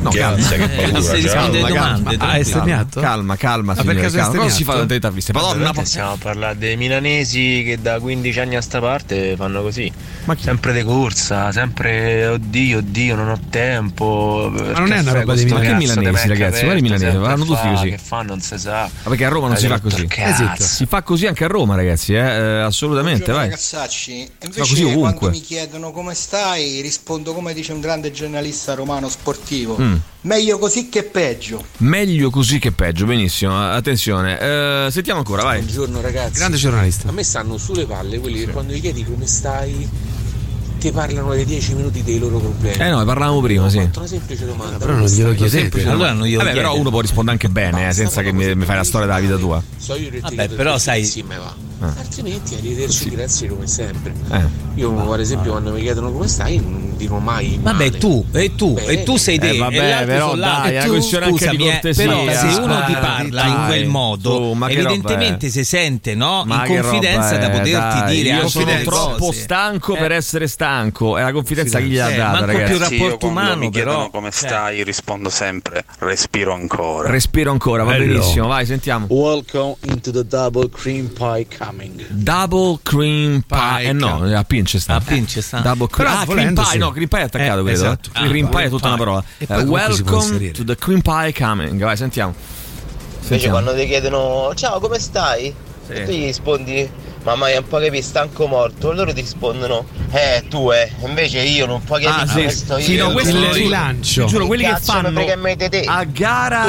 No, non si risponde alle domande. Hai esterniato? Calma, Ma perché cosa si fa delle interviste? Madonna, stiamo a parlare dei milanesi che da 15 anni a sta parte fanno così. Sempre di corsa, sempre oddio, non ho tempo. Ma non è una roba dei milanesi, ragazzi, ma i milanesi vanno tutti così. Che fa non si sa. Ma perché a Roma non si fa così. Si fa così anche a Roma, ragazzi, assolutamente, vai. Ragazzacci, invece quando mi chiedono come stai, rispondo come dice un grande giornalista romano sportivo. Meglio così che peggio. Meglio così che peggio, benissimo. Attenzione, sentiamo ancora, vai. Buongiorno ragazzi. Grande giornalista. A me stanno sulle palle quelli che quando gli chiedi come stai ti parlano dei 10 minuti dei loro problemi. No, parlavamo prima, sì. Una semplice domanda. Però non glielo chiedete. Allora non glielo chiedete. Però uno può rispondere anche bene, senza che mi fai la storia della vita tua. Vabbè, però sai. Insieme va. Altrimenti arrivederci, grazie come sempre. Io per esempio quando mi chiedono come stai non dico mai vabbè male. tu sei te vabbè, però dai, è una questione anche di cortesia. Però se uno ti parla in quel modo evidentemente si sente, no, in confidenza da poterti dire io sono troppo stanco per essere stanco, è la confidenza che gli ha data, ragazzi. Più rapporto umano, mi chiedono però come stai rispondo sempre respiro ancora, va benissimo, vai, sentiamo. Welcome into the double cream pie coming. Double cream pie, no, a pince sta. Double cream pie, no, cream pie è attaccato, credo. Esatto. Cream pie è tutta una parola. Welcome to the cream pie coming. Vai, sentiamo. Invece quando ti chiedono ciao come stai? E tu gli rispondi mamma è un po' che stanco morto, loro ti rispondono tu invece io non puoi capire come sto io. Sì, no, questo è il rilancio. Giuro, quelli che fanno a gara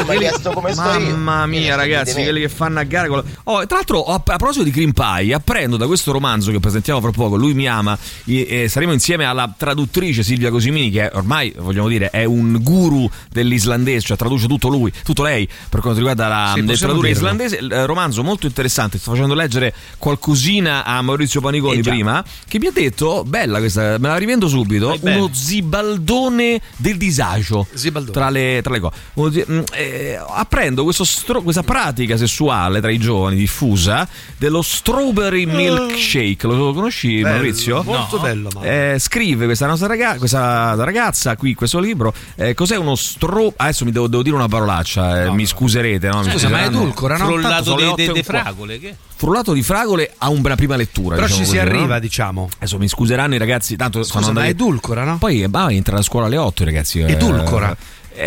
mamma mia, ragazzi, quelli che fanno a gara tra l'altro a proposito di cream pie, apprendo da questo romanzo che presentiamo fra poco, Lui mi ama, saremo insieme alla traduttrice Silvia Cosimini, che ormai vogliamo dire è un guru dell'islandese, cioè traduce tutto lei per quanto riguarda la letteratura islandese. Romanzo molto interessante, sto facendo leggere qualcosina a Maurizio Paniconi prima, che mi ha detto bella questa, me la rivendo subito, uno zibaldone del disagio tra le cose. Apprendo questa pratica sessuale tra i giovani diffusa dello strawberry milkshake. Lo conosci, bello, Maurizio? Molto bello. Scrive questa nostra ragazza qui questo libro, cos'è uno adesso mi devo dire una parolaccia, mi scuserete, no? Scusa, ma edulcora, no? Frullato di fragole, che? Frullato di fragole a una prima lettura, però diciamo ci si così, arriva, no? diciamo. Adesso mi scuseranno i ragazzi, tanto scusa, ma edulcora, no? Poi entra a scuola alle 8 i ragazzi. Edulcora.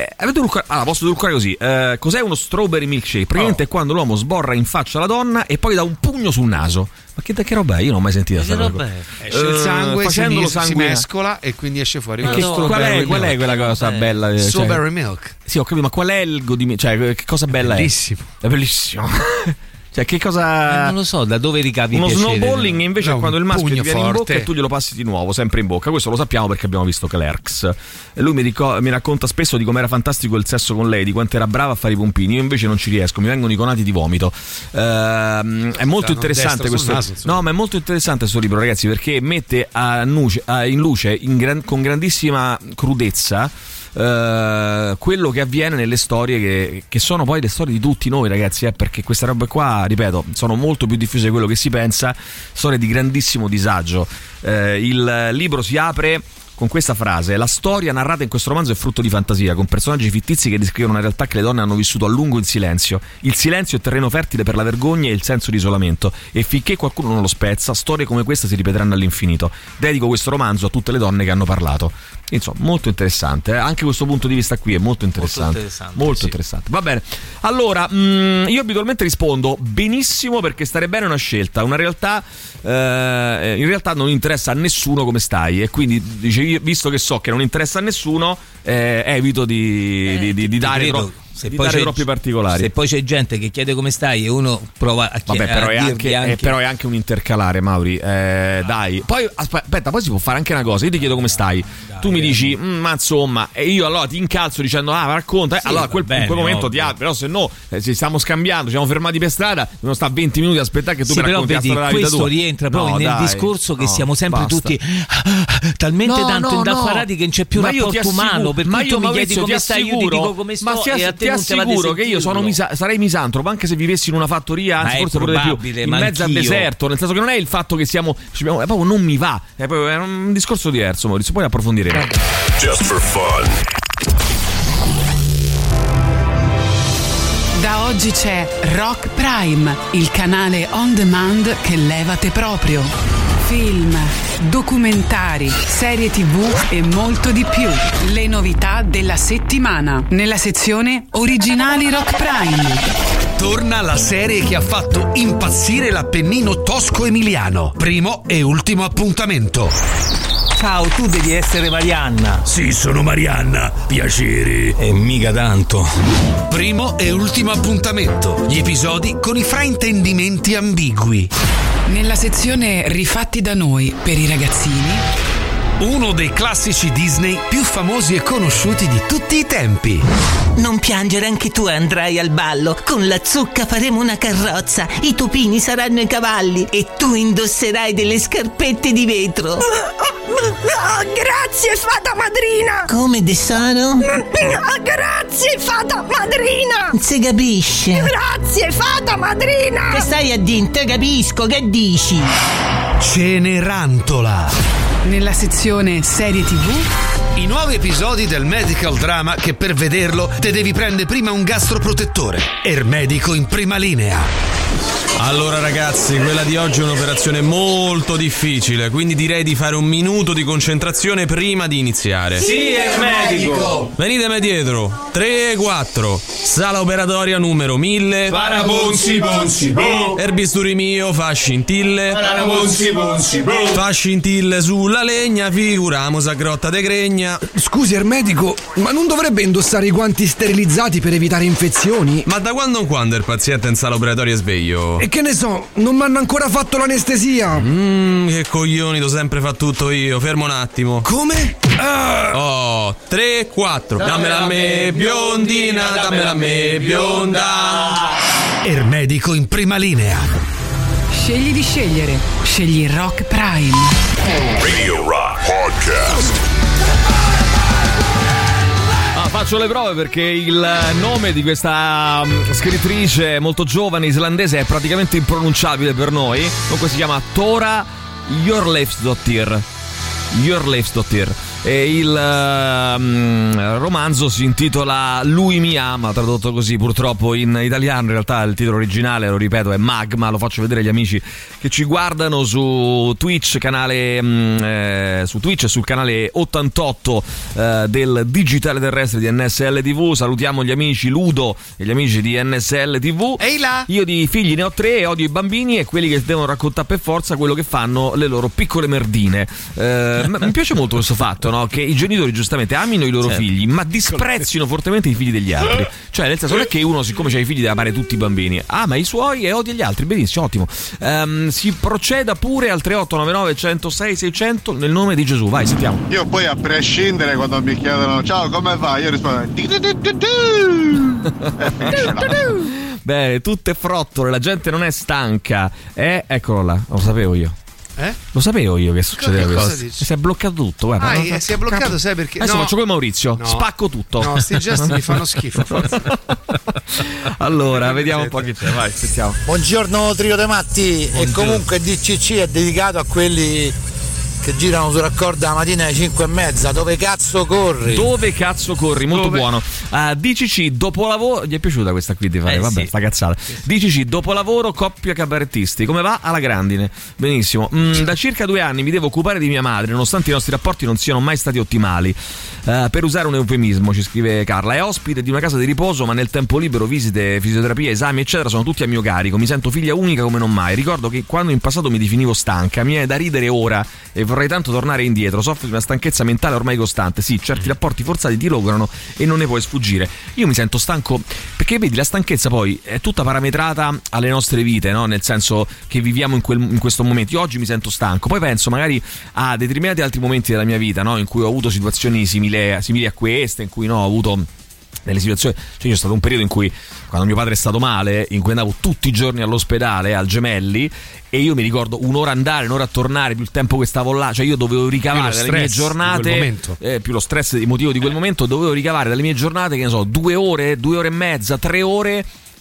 Posso edulcorare così. Cos'è uno strawberry milkshake? Praticamente è quando l'uomo sborra in faccia alla donna e poi dà un pugno sul naso. Ma che roba è? Io non ho mai sentito questa roba. Esce il sangue, si mescola e quindi esce fuori. Qual è quella cosa bella? Strawberry milk. Sì, ho capito, ma qual è il godimento? Cioè, che cosa bella bellissimo. È bellissimo. Cioè, che cosa. Non lo so, da dove ricavi uno piacere? Snowballing invece è quando il maschio ti viene forte in bocca e tu glielo passi di nuovo, sempre in bocca. Questo lo sappiamo perché abbiamo visto Clerks. E lui mi racconta spesso di com'era fantastico il sesso con lei, di quanto era brava a fare i pompini. Io invece non ci riesco, mi vengono i conati di vomito. È molto interessante questo. No, ma è molto interessante questo libro, ragazzi, perché mette in luce con grandissima crudezza quello che avviene nelle storie che sono poi le storie di tutti noi, ragazzi, perché queste robe qua, ripeto, sono molto più diffuse di quello che si pensa, storie di grandissimo disagio. Il libro si apre con questa frase: la storia narrata in questo romanzo è frutto di fantasia, con personaggi fittizi che descrivono una realtà che le donne hanno vissuto a lungo in silenzio. Il silenzio è terreno fertile per la vergogna e il senso di isolamento, e finché qualcuno non lo spezza, storie come questa si ripeteranno all'infinito. Dedico questo romanzo a tutte le donne che hanno parlato. Insomma, molto interessante, anche questo punto di vista qui è molto interessante. Molto interessante. Va bene. Allora, io abitualmente rispondo benissimo, perché stare bene è una scelta, una realtà. In realtà non interessa a nessuno come stai, e quindi dice, io, visto che so che non interessa a nessuno, evito di dare troppi particolari. Se poi c'è gente che chiede come stai e uno prova a chiedere, però è anche un intercalare, Mauri. Dai, poi aspetta, poi si può fare anche una cosa: io ti chiedo come stai, tu mi dici ma insomma, e io allora ti incalzo dicendo racconta, allora in quel momento ti apri. Però se no, se stiamo scambiando, ci siamo fermati per strada, non sta 20 minuti a aspettare che tu mi racconti la storia della vita tua. Questo rientra proprio nel discorso che siamo sempre tutti talmente tanto indaffarati che non c'è più rapporto umano, per cui tu mi chiedi come stai, io ti dico come sto, e a te ti assicuro che io sarei misantropo anche se vivessi in una fattoria, anzi forse pure di più, in mezzo al deserto, nel senso che non è il fatto che proprio non mi va, è un discorso diverso, Maurizio, poi approfondiremo. Just for fun. Da oggi c'è Rock Prime, il canale on demand che levate proprio. Film, documentari, serie TV e molto di più. Le novità della settimana nella sezione Originali Rock Prime. Torna la serie che ha fatto impazzire l'Appennino tosco-emiliano. Primo e ultimo appuntamento. Ciao, tu devi essere Marianna. Sì, sono Marianna. Piacere. E mica tanto. Primo e ultimo appuntamento. Gli episodi con i fraintendimenti ambigui. Nella sezione Rifatti da noi per i ragazzini. Uno dei classici Disney più famosi e conosciuti di tutti i tempi. Non piangere, anche tu andrai al ballo. Con la zucca faremo una carrozza, i topini saranno i cavalli e tu indosserai delle scarpette di vetro. Grazie, fata madrina. Come tesoro? Grazie, fata madrina. Non si capisce. Grazie, fata madrina. Che stai a dire? Te capisco, che dici? Cenerentola. Nella sezione serie TV, i nuovi episodi del medical drama che per vederlo te devi prendere prima un gastroprotettore. Ermedico in prima linea. Allora ragazzi, quella di oggi è un'operazione molto difficile, quindi direi di fare un minuto di concentrazione prima di iniziare. Sì, Ermedico. Venitemi dietro. 3 e 4. Sala operatoria numero 1000. Parabonzi bonzi bo. Erbisturi mio, fa scintille. Parabonzi bonzi bo. Fa scintille sulla legna, figuramo sa grotta de gregna. Scusi Ermedico, ma non dovrebbe indossare i guanti sterilizzati per evitare infezioni? Ma da quando in quando il paziente in sala operatoria è sveglio? E che ne so, non mi hanno ancora fatto l'anestesia. Che coglioni, t'ho sempre fatto tutto io. Fermo un attimo. Come? Oh, 3, 4. Dammela a me biondina, dammela a me bionda. Ermedico in prima linea. Scegli di scegliere. Scegli Rock Prime. Radio Rock Podcast. Faccio le prove perché il nome di questa scrittrice molto giovane islandese è praticamente impronunciabile per noi. Comunque si chiama Tora Hjörleifsdottir. E il romanzo si intitola Lui mi ama, tradotto così purtroppo in italiano. In realtà il titolo originale, lo ripeto, è Magma. Lo faccio vedere agli amici che ci guardano su Twitch, su Twitch e sul canale 88 del digitale terrestre di NSL TV. Salutiamo gli amici Ludo e gli amici di NSL TV. Ehi là! Io di figli ne ho 3 e odio i bambini e quelli che devono raccontare per forza quello che fanno le loro piccole merdine. Mi piace molto questo fatto, no? Che i genitori giustamente amino i loro figli, ma disprezzino fortemente i figli degli altri. Cioè, nel senso, non è che uno, siccome c'ha i figli, deve amare tutti i bambini, ama i suoi e odia gli altri. Benissimo, ottimo. Si proceda pure al 3899 106 600 nel nome di Gesù. Vai, sentiamo. Io poi, a prescindere, quando mi chiedono ciao, come va? Io rispondo bene, tutte frottole, la gente non è stanca. Eccolo là, lo sapevo io. Lo sapevo io che succedeva questo. Si è bloccato tutto, guarda. Si è bloccato, sai perché? Adesso faccio come Maurizio, spacco tutto. No, sti gesti mi fanno schifo. Allora, vediamo un po' chi c'è, vai, sentiamo. Buongiorno trio dei matti. Buongiorno. E comunque DCC è dedicato a quelli che girano su raccordo la mattina alle 5:30. Dove cazzo corri? Molto buono. DCC dopo lavoro. Gli è piaciuta questa qui di fare? Vabbè, sta cazzata. DCC dopo lavoro, coppia cabarettisti. Come va? Alla grandine. Benissimo. Da circa 2 anni mi devo occupare di mia madre, nonostante i nostri rapporti non siano mai stati ottimali. Per usare un eufemismo, ci scrive Carla, è ospite di una casa di riposo, ma nel tempo libero visite, fisioterapia, esami eccetera sono tutti a mio carico. Mi sento figlia unica come non mai. Ricordo che quando in passato mi definivo stanca, mi è da ridere ora e vorrei tanto tornare indietro. Soffro di una stanchezza mentale ormai costante. Sì, certi rapporti forzati ti logorano e non ne puoi sfuggire. Io mi sento stanco perché vedi, la stanchezza poi è tutta parametrata alle nostre vite, no? Nel senso che viviamo in questo momento. Io oggi mi sento stanco, poi penso magari a determinati altri momenti della mia vita, no? In cui ho avuto situazioni simili a queste, in cui ho avuto delle situazioni, cioè c'è stato un periodo in cui, quando mio padre è stato male, in cui andavo tutti i giorni all'ospedale al Gemelli, e io mi ricordo un'ora andare, un'ora a tornare, più il tempo che stavo là, cioè io dovevo ricavare dalle mie giornate più lo stress emotivo di quel momento, dovevo ricavare dalle mie giornate, che ne so, 2 ore, 2 ore e mezza, 3 ore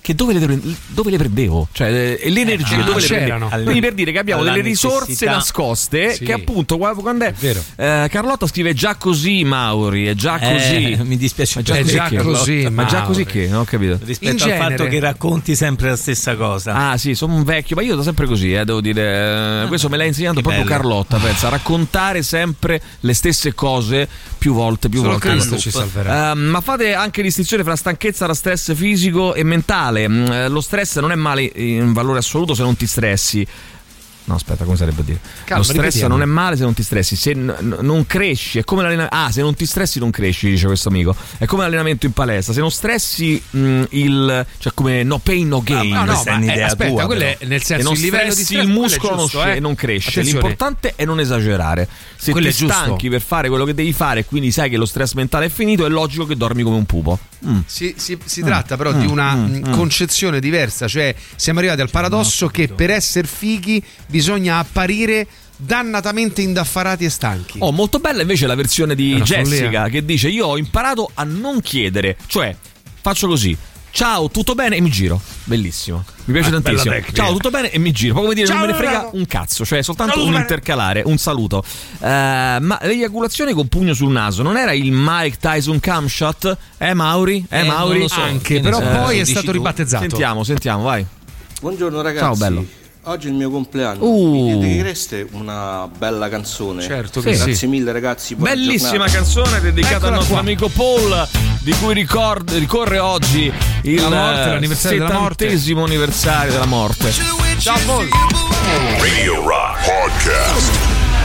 che dove le prendevo? Cioè, le energie dove le prendevo? Quindi per dire che abbiamo delle risorse nascoste che appunto quando è Carlotta scrive già così Mauri, è già così. Mi dispiace, ma già così che non ho capito. Rispetto al fatto che racconti sempre la stessa cosa. Ah sì, sono un vecchio, ma io sono sempre così, devo dire. Questo me l'ha insegnato proprio Carlotta, pensa, a raccontare sempre le stesse cose più volte. Solo Cristo ci salverà. Ma fate anche distinzione fra stanchezza da stress fisico e mentale. Lo stress non è male in valore assoluto se non ti stressi. No, aspetta, come sarebbe a dire? Calma, lo stress non è male se non ti stressi, se non cresci, è come l'allenamento. Se non ti stressi non cresci, dice questo amico. È come l'allenamento in palestra, se non stressi cioè come no pain no gain. Questa è un'idea aspetta, tua. Quello è nel senso il livello di stress, il muscolo non cresce. Attenzione. L'importante è non esagerare. Se quello ti stanchi per fare quello che devi fare, quindi sai che lo stress mentale è finito, è logico che dormi come un pupo. Si tratta però di una concezione diversa, cioè siamo arrivati al paradosso che per essere fighi bisogna apparire dannatamente indaffarati e stanchi. Molto bella invece la versione di Jessica che dice: io ho imparato a non chiedere, cioè faccio così: ciao, tutto bene? E mi giro. Bellissimo, mi piace tantissimo. Ciao, tutto bene? E mi giro. Poi come dire, non me ne frega un cazzo, cioè soltanto un intercalare, un saluto. Ma l'eiaculazione con pugno sul naso non era il Mike Tyson cum shot? Mauri? Mauri? Non so, anche, però poi è stato ribattezzato. Sentiamo, vai. Buongiorno ragazzi. Ciao, bello. Oggi è il mio compleanno, mi dedichereste una bella canzone? Certo che Grazie mille ragazzi, bellissima canzone dedicata al nostro amico Paul, di cui ricorre oggi il 70° anniversario della morte. Ciao Paul. Radio Rock Podcast.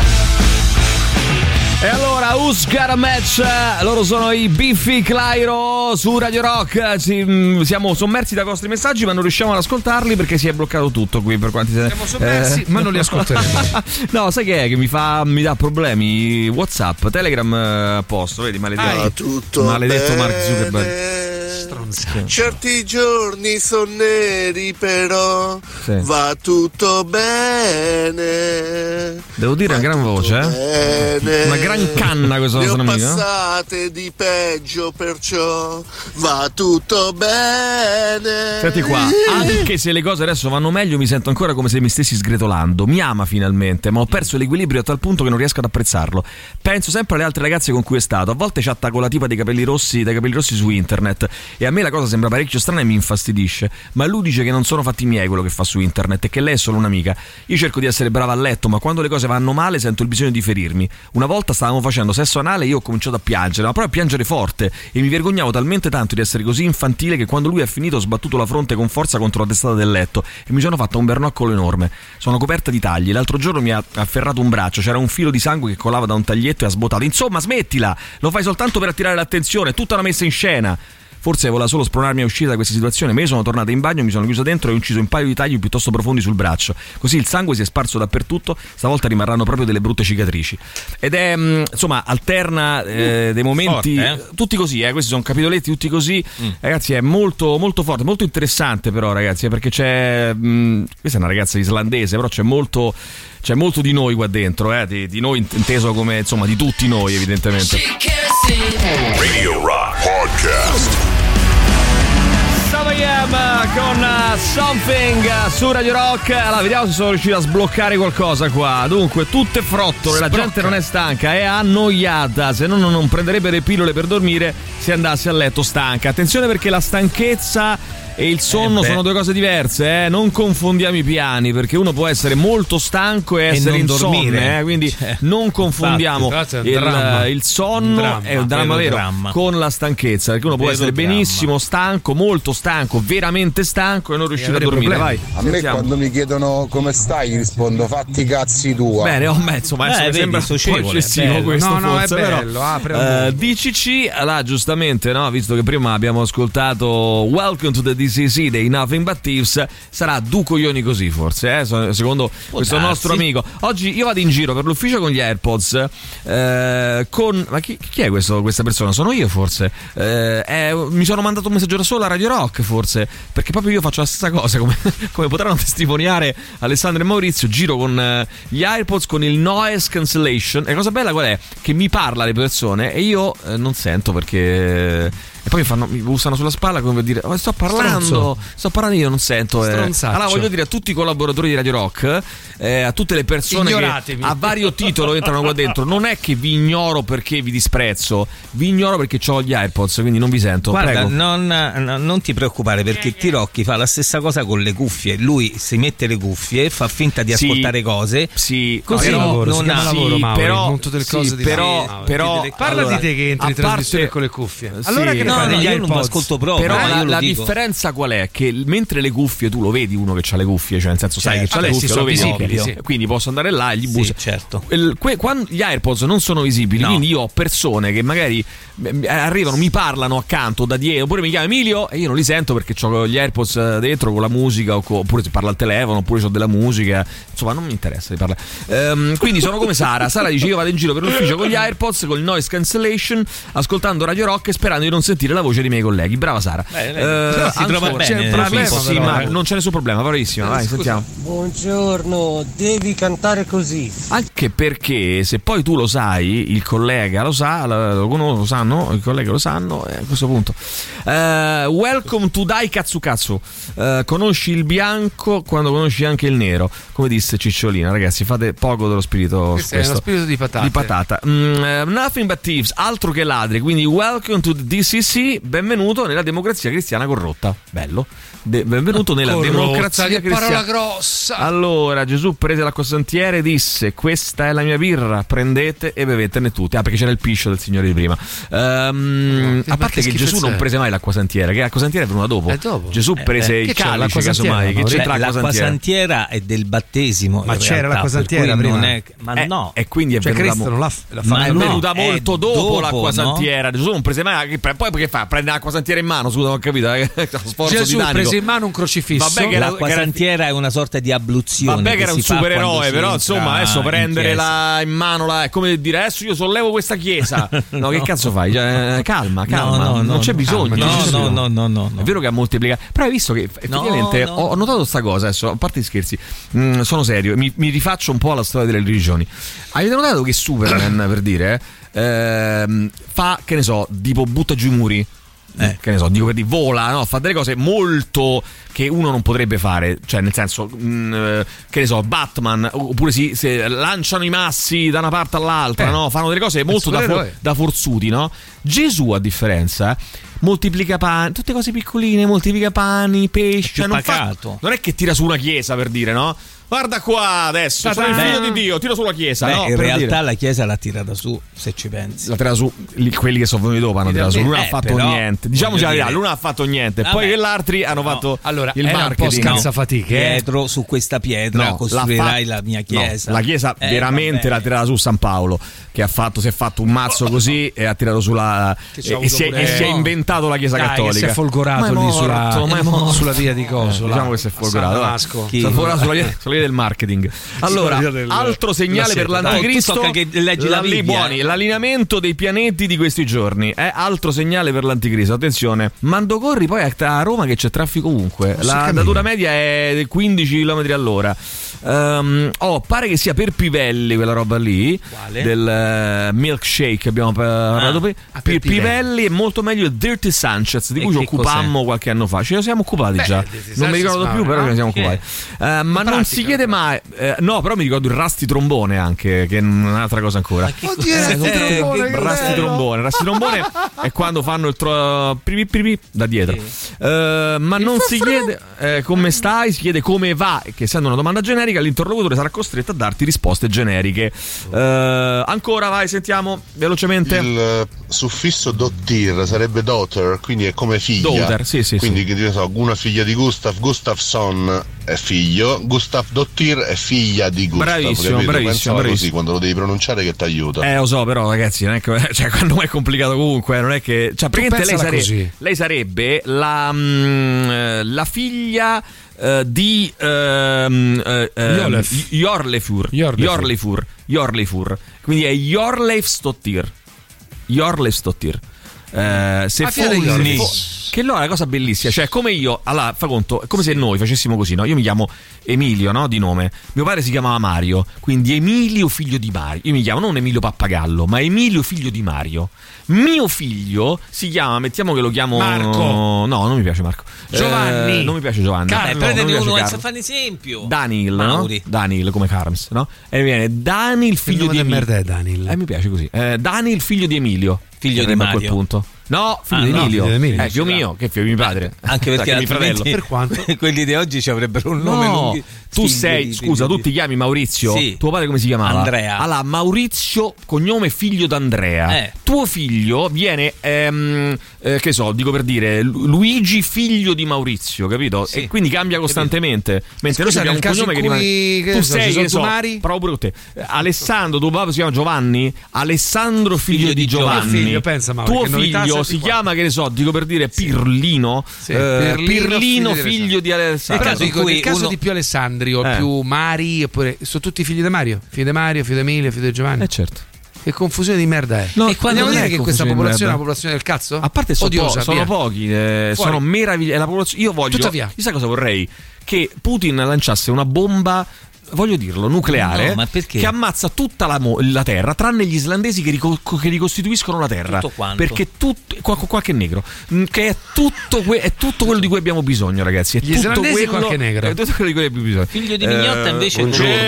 E allora, Who's Got a Match? Loro sono i Biffi Clyro su Radio Rock. Siamo sommersi dai vostri messaggi, ma non riusciamo ad ascoltarli perché si è bloccato tutto qui. Per quanti siamo sommersi, ma non li ascolteremo. No, sai che è? Che mi dà problemi WhatsApp, Telegram a posto, vedi, maledetto Mark Zuckerberg. Certi giorni sono neri, però va tutto bene. Devo dire a gran voce, una gran canna questo nostro amico. Ne ho passate di peggio, perciò va tutto bene. Senti qua, anche se le cose adesso vanno meglio, mi sento ancora come se mi stessi sgretolando. Mi ama finalmente, ma ho perso l'equilibrio a tal punto che non riesco ad apprezzarlo. Penso sempre alle altre ragazze con cui è stato. A volte chatta con la tipa dai capelli rossi su internet, e a me la cosa sembra parecchio strana e mi infastidisce, ma lui dice che non sono fatti miei quello che fa su internet e che lei è solo un'amica. Io cerco di essere brava a letto, ma quando le cose vanno male sento il bisogno di ferirmi. Una volta stavamo facendo sesso anale e io ho cominciato a piangere, ma proprio a piangere forte, e mi vergognavo talmente tanto di essere così infantile che quando lui è finito ho sbattuto la fronte con forza contro la testata del letto e mi sono fatta un bernoccolo enorme. Sono coperta di tagli. L'altro giorno mi ha afferrato un braccio, c'era un filo di sangue che colava da un taglietto e ha sbotato. Insomma, smettila, lo fai soltanto per attirare l'attenzione, è tutta una messa in scena. Forse voleva solo spronarmi a uscire da questa situazione, ma io sono tornata in bagno, mi sono chiusa dentro e ho inciso un paio di tagli piuttosto profondi sul braccio. Così il sangue si è sparso dappertutto, stavolta rimarranno proprio delle brutte cicatrici. Ed è, insomma, alterna dei momenti tutti così, questi sono capitoletti tutti così. Ragazzi, è molto molto forte, molto interessante però, ragazzi, perché c'è questa è una ragazza islandese, però c'è molto di noi qua dentro, di noi inteso come, insomma, di tutti noi, evidentemente. Radio Rock Podcast. Con Something su Radio Rock. Allora, vediamo se sono riuscito a sbloccare qualcosa qua. Dunque, tutte frottole, la gente non è stanca, è annoiata, se no non prenderebbe le pillole per dormire se andasse a letto stanca. Attenzione, perché la stanchezza e il sonno sono due cose diverse, non confondiamo i piani, perché uno può essere molto stanco e essere insonne, quindi non confondiamo il sonno, è un dramma vero, con la stanchezza, perché uno può essere benissimo stanco, molto stanco, veramente stanco e non riuscire a dormire. Vai. A me quando mi chiedono come stai rispondo fatti i cazzi tua. Bene, ho mezzo, ma sembra un po' eccessivo questo, forse, è bello, però DCC, allora, giustamente, no, visto che prima abbiamo ascoltato Welcome to the DCC dei Nothing But Thieves, sarà due coglioni così, forse, secondo questo nostro amico. Oggi io vado in giro per l'ufficio con gli AirPods, ma chi è questa persona? Sono io, forse? Mi sono mandato un messaggio da solo a Radio Rock, forse, perché proprio io faccio la stessa cosa, come potranno testimoniare Alessandro e Maurizio. Giro con gli AirPods con il noise cancellation, e la cosa bella qual è? Che mi parla le persone e io non sento, perché e poi mi bussano sulla spalla come per dire sto parlando io, non sento. Allora voglio dire a tutti i collaboratori di Radio Rock, a tutte le persone che a vario titolo entrano qua dentro, non è che vi ignoro perché vi disprezzo, vi ignoro perché ho gli AirPods, quindi non vi sento. Guarda, prego. Non ti preoccupare, perché Tirocchi fa la stessa cosa con le cuffie. Lui si mette le cuffie, fa finta di ascoltare cose, così però, non ha lavoro, Mauri, però parla di te che entri in trasmissione con le cuffie. Allora che no, io non mi ascolto proprio. Però la differenza qual è? Che mentre le cuffie tu lo vedi uno che ha le cuffie, cioè nel senso sai che c'ha le cuffie, lo vedi, quindi posso andare là e gli busso. Certo. Quando gli AirPods non sono visibili, quindi io ho persone che magari arrivano, mi parlano accanto da dietro, oppure mi chiama Emilio e io non li sento perché ho gli AirPods dentro con la musica, oppure si parla al telefono, oppure ho della musica, insomma non mi interessa di parlare. Quindi sono come Sara dice: io vado in giro per l'ufficio con gli AirPods, con il noise cancellation, ascoltando Radio Rock e sperando di non sentire la voce dei miei colleghi. Brava Sara. Si trova bene, bravissima, non c'è nessun problema, bravissima. Vai, sentiamo. Buongiorno, devi cantare così. Anche perché se poi tu lo sai, il collega lo sa, lo sanno, i colleghi lo sanno, a questo punto. Welcome to Dai Katsu Katsu. Conosci il bianco quando conosci anche il nero, come disse Cicciolina. Ragazzi, fate poco dello spirito, questo è lo spirito di patata. Nothing but thieves, altro che ladri. Quindi welcome to the DCC, benvenuto nella democrazia cristiana corrotta. Bello. Benvenuto nella democrazia cristiana. Parola grossa. Allora Gesù prese l'acquasantiere e disse: questa è la mia birra, prendete e bevetene tutti. Perché c'era il piscio del Signore di prima. A parte che Gesù non prese mai l'acquasantiera, che l'acquasantiera è venuta dopo. Gesù prese il calice, casomai. Che c'entra l'acquasantiera è del battesimo. Ma c'era l'acquasantiera prima? Ma no. E quindi è Cristo non l'ha è venuta molto dopo l'acquasantiera. Gesù non prese mai. Poi perché fa? Prende l'acquasantiera in mano, scusa, non ho capito. Sforzo Gesù titanico. prese in mano un crocifisso. Vabbè che l'acquasantiera è una sorta di abluzione. Vabbè che era un supereroe, però insomma adesso prendere in mano è come dire adesso io sollevo questa chiesa. No, che cazzo fai? Calma, non c'è bisogno. No. È vero che ha moltiplicato, però hai visto che effettivamente ho notato sta cosa adesso, a parte gli scherzi, sono serio, mi rifaccio un po' alla storia delle religioni. Avete notato che Superman, per dire, fa, che ne so, tipo butta giù i muri? Che ne so, dico per dire, vola, no? Fa delle cose molto che uno non potrebbe fare, cioè nel senso, che ne so, Batman, oppure se lanciano i massi da una parte all'altra, no? Fanno delle cose molto da forzuti, no? Gesù, a differenza, moltiplica pani, tutte cose piccoline, moltiplica pani, pesci, cioè non è che tira su una chiesa, per dire, no? Guarda qua adesso, sono il figlio di Dio, tiro sulla chiesa. No, in realtà la chiesa l'ha tirata su, se ci pensi. La tirata su, quelli che sono venuti dopo hanno tirato su. Lui non ha fatto niente. Diciamoci la verità, lui non ha fatto niente. Poi che gli altri hanno fatto il marketing. Un po' scansafatiche. Pietro, su questa pietra costruirai la mia chiesa. La chiesa veramente l'ha tirata su San Paolo, che si è fatto un mazzo così e ha tirato sulla e si è inventato la chiesa cattolica. Si è folgorato lì sulla via di Coso. Diciamo che si è folgorato. Si è folgorato sulla via del marketing. Allora, altro segnale per l'anticristo, l'allineamento dei pianeti di questi giorni è altro segnale per l'anticristo. Attenzione, Mando corri poi a Roma che c'è traffico ovunque, la andatura media è 15 km all'ora. Pare che sia per Pivelli quella roba lì. Quale? Del milkshake abbiamo parlato per Pivelli è molto meglio il Dirty Sanchez, di cui ci occupammo qualche anno fa. Ce ne siamo occupati già, non mi ricordo più, però ce ne siamo occupati. Ma non si chiede mai. No, però mi ricordo il Rasti Trombone anche, che è un'altra cosa ancora. Rasti Trombone è quando fanno il da dietro. Ma non si chiede come stai, si chiede come va, che essendo una domanda generica l'interlocutore sarà costretto a darti risposte generiche. Ancora vai, sentiamo velocemente. Il suffisso dottir sarebbe daughter, quindi è come figlia. Daughter, sì. Quindi che ne so, una figlia di Gustafsson è figlio, Gustav Dottir è figlia di Gustav. Bravissimo. Così quando lo devi pronunciare che ti aiuta. Lo so, però ragazzi, non è che, cioè, quando è complicato comunque, non è che, cioè, praticamente lei sarebbe la figlia di Jorleifur. Quindi è Jorleifsdottir. se fondi, che allora è una cosa bellissima, cioè come io, allora fa conto, è come se noi facessimo così, no? Io mi chiamo Emilio, no? Di nome, mio padre si chiamava Mario, quindi Emilio figlio di Mario. Io mi chiamo non Emilio Pappagallo, ma Emilio figlio di Mario. Mio figlio si chiama, mettiamo che lo chiamo Marco. No, non mi piace Marco. Giovanni. Non mi piace Giovanni. Prendete uno senza fare un esempio. Daniel, no? Daniel come Carms, no? E viene Daniel figlio di Emilio. Merda è Daniel. Mi piace così. Daniel figlio di Emilio. Figlio di Mario. A quel punto. No, figlio di Emilio. Figlio mio, che figlio di mio padre. Anche perché mio fratello. Per quanto? Quelli di oggi ci avrebbero un nome lungo. Tu sei, scusa, tu ti chiami Maurizio? Sì. Tuo padre come si chiamava? Andrea. Allora, Maurizio, cognome figlio d'Andrea. Tuo figlio viene, che so, dico per dire, Luigi figlio di Maurizio, capito? Sì. E quindi cambia costantemente. Mentre Scusa, noi abbiamo un cognome che rimane. Tu sei, che so, provo pure te. Alessandro, tuo papà si chiama Giovanni? Alessandro figlio di Giovanni. Tuo figlio si chiama, che ne so, dico per dire, Pirlino. Pirlino figlio di Alessandro. Nel caso di più Alessandri o più Mari, oppure sono tutti figli di Mario, figlio di Mario, figlio di Emilio, figlio di Giovanni. Certo. Che confusione di merda è? No, e quando dire che questa popolazione è una popolazione del cazzo? A parte sono pochi, sono meravigliosi. La popolazione, io voglio. Tuttavia, sai cosa vorrei? Che Putin lanciasse una bomba, voglio dirlo, nucleare, che ammazza tutta la terra, tranne gli islandesi che ricostituiscono la terra. Tutto quanto? Perché qualche negro, che è tutto quello di cui abbiamo bisogno, ragazzi. Gli islandesi e qualche negro. È tutto quello di cui abbiamo bisogno. Figlio di Mignotta invece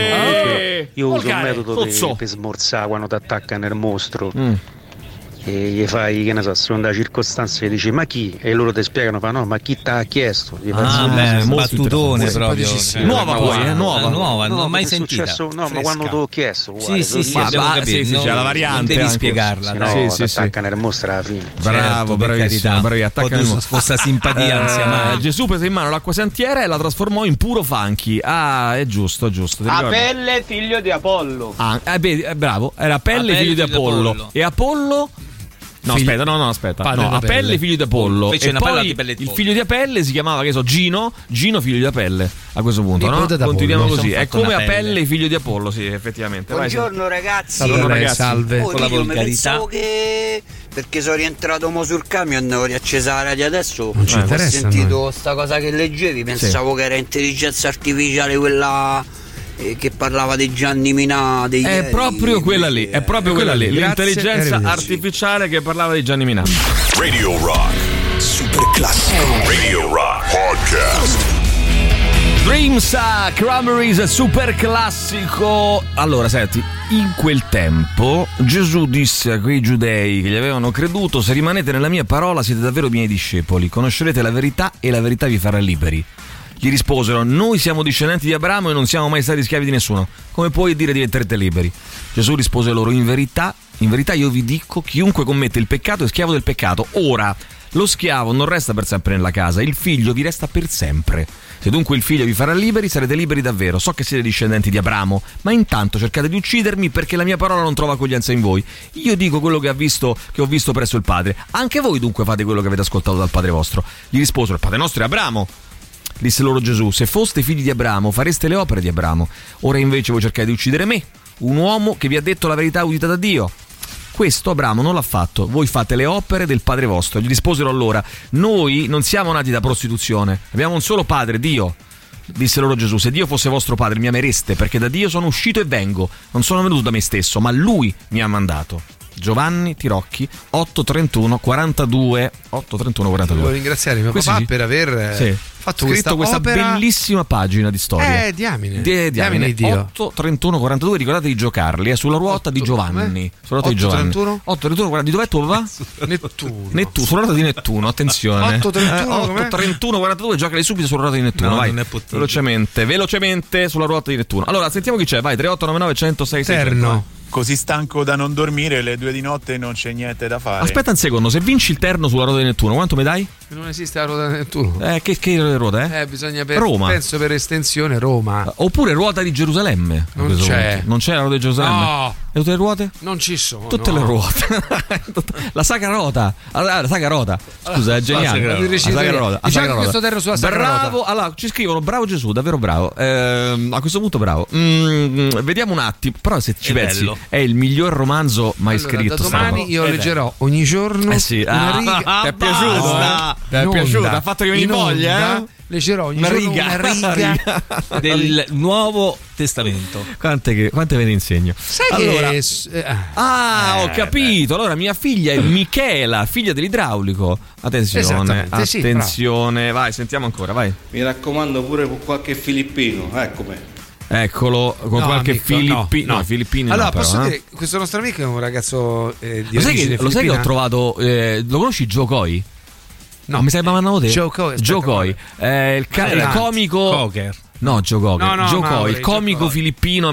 io uso un metodo per smorzare quando ti attaccano il mostro. E gli fai, che ne so, seconda circostanza, gli dici ma chi? E loro ti spiegano, no, ma chi ti ha chiesto? Battutone proprio. Nuova poi, nuova, non ho mai sentita. No, ma quando te l'ho chiesto, sì, c'è la variante, devi spiegarla. No, ti attaccano il mostro alla fine. Bravo, bravissimo, attaccano il mostro. Questa simpatia non sia mai. Gesù prese in mano l'acqua santiera e la trasformò in puro funky. Ah, è giusto. Apelle figlio di Apollo. Bravo, era Apelle figlio di Apollo. E Apollo? No, aspetta. Apelle figlio di Apollo. Fece e poi il figlio di Apelle si chiamava, che so, Gino figlio di Apelle. A questo punto, no? Continuiamo così. È come Apelle figlio di Apollo, sì, effettivamente. Buongiorno ragazzi. Salve. Con la volgarità. Che perché sono rientrato mo sul camion, ho riacceso la radio adesso. Non ci interessa. Ho sentito sta cosa che leggevi, pensavo che era intelligenza artificiale quella che parlava di Gianni Minà. È proprio quella lì, l'intelligenza artificiale che parlava di Gianni Minà. Radio Rock Super Classico. Radio Rock Podcast. Dreams, Cranberries, super classico. Allora, senti, in quel tempo Gesù disse a quei giudei che gli avevano creduto: se rimanete nella mia parola siete davvero miei discepoli, conoscerete la verità e la verità vi farà liberi. Gli risposero: noi siamo discendenti di Abramo e non siamo mai stati schiavi di nessuno. Come puoi dire diventerete liberi? Gesù rispose loro: in verità io vi dico, chiunque commette il peccato è schiavo del peccato. Ora, lo schiavo non resta per sempre nella casa, il figlio vi resta per sempre. Se dunque il figlio vi farà liberi, sarete liberi davvero. So che siete discendenti di Abramo, ma intanto cercate di uccidermi perché la mia parola non trova accoglienza in voi. Io dico quello che ho visto presso il Padre. Anche voi dunque fate quello che avete ascoltato dal Padre vostro. Gli risposero: il Padre nostro è Abramo. Disse loro Gesù: se foste figli di Abramo fareste le opere di Abramo. Ora invece voi cercate di uccidere me, un uomo che vi ha detto la verità udita da Dio. Questo Abramo non l'ha fatto, voi fate le opere del padre vostro. Gli risposero allora: noi non siamo nati da prostituzione, abbiamo un solo padre, Dio. Disse loro Gesù: se Dio fosse vostro padre mi amereste, perché da Dio sono uscito e vengo, non sono venuto da me stesso, ma lui mi ha mandato. Giovanni Tirocchi 83142. Devo ringraziare mio papà per aver fatto scritto questa bellissima pagina di storia. Diamine Dio. 83142, ricordate di giocarli sulla ruota di Giovanni. Sulla ruota di Giovanni. 831, di dov'è tuo papà? Nettuno, sulla ruota di Nettuno, attenzione. 83142, giocali subito sulla ruota di Nettuno, no, vai. Non è possibile. Velocemente sulla ruota di Nettuno. Allora, sentiamo chi c'è, vai. 3899 106 Terno. Così stanco da non dormire, le 2 di notte non c'è niente da fare. Aspetta un secondo, se vinci il terno sulla ruota di Nettuno, quanto mi dai? Non esiste la ruota di Nettuno. Che ruota è? Bisogna Roma. Penso per estensione Roma. Oppure ruota di Gerusalemme. Non c'è la ruota di Gerusalemme? No. E tutte le ruote? Non ci sono. Tutte le ruote. La Sacra Rota. La Sacra Rota. Scusa, è geniale. La Sacra Rota. Diciamo questo terreno sulla Sacra Rota. Bravo. Allora, ci scrivono bravo Gesù, davvero bravo. A questo punto bravo. Vediamo un attimo, però se ci pensi è il miglior romanzo mai scritto. Da domani io leggerò ogni giorno una riga. Ti è piaciuto? Ti è piaciuto? Ha fatto che mi voglia, leggerò ogni giorno una riga del Nuovo Testamento. Quante ve ne insegno? Sai allora, che ho capito. Allora mia figlia è Michela, figlia dell'idraulico. Attenzione, attenzione. Vai, sentiamo ancora, vai. Mi raccomando pure con qualche filippino, eccomi. Eccolo, con qualche filippino. No, filippini. Allora, no, posso però, dire, questo nostro amico è un ragazzo di lo sai che ho trovato? Lo conosci Joe Coy? No, mi sembra te? Joe Coy, il comico Cocker. No, Joe Cocker. Joe Coy, il comico filippino,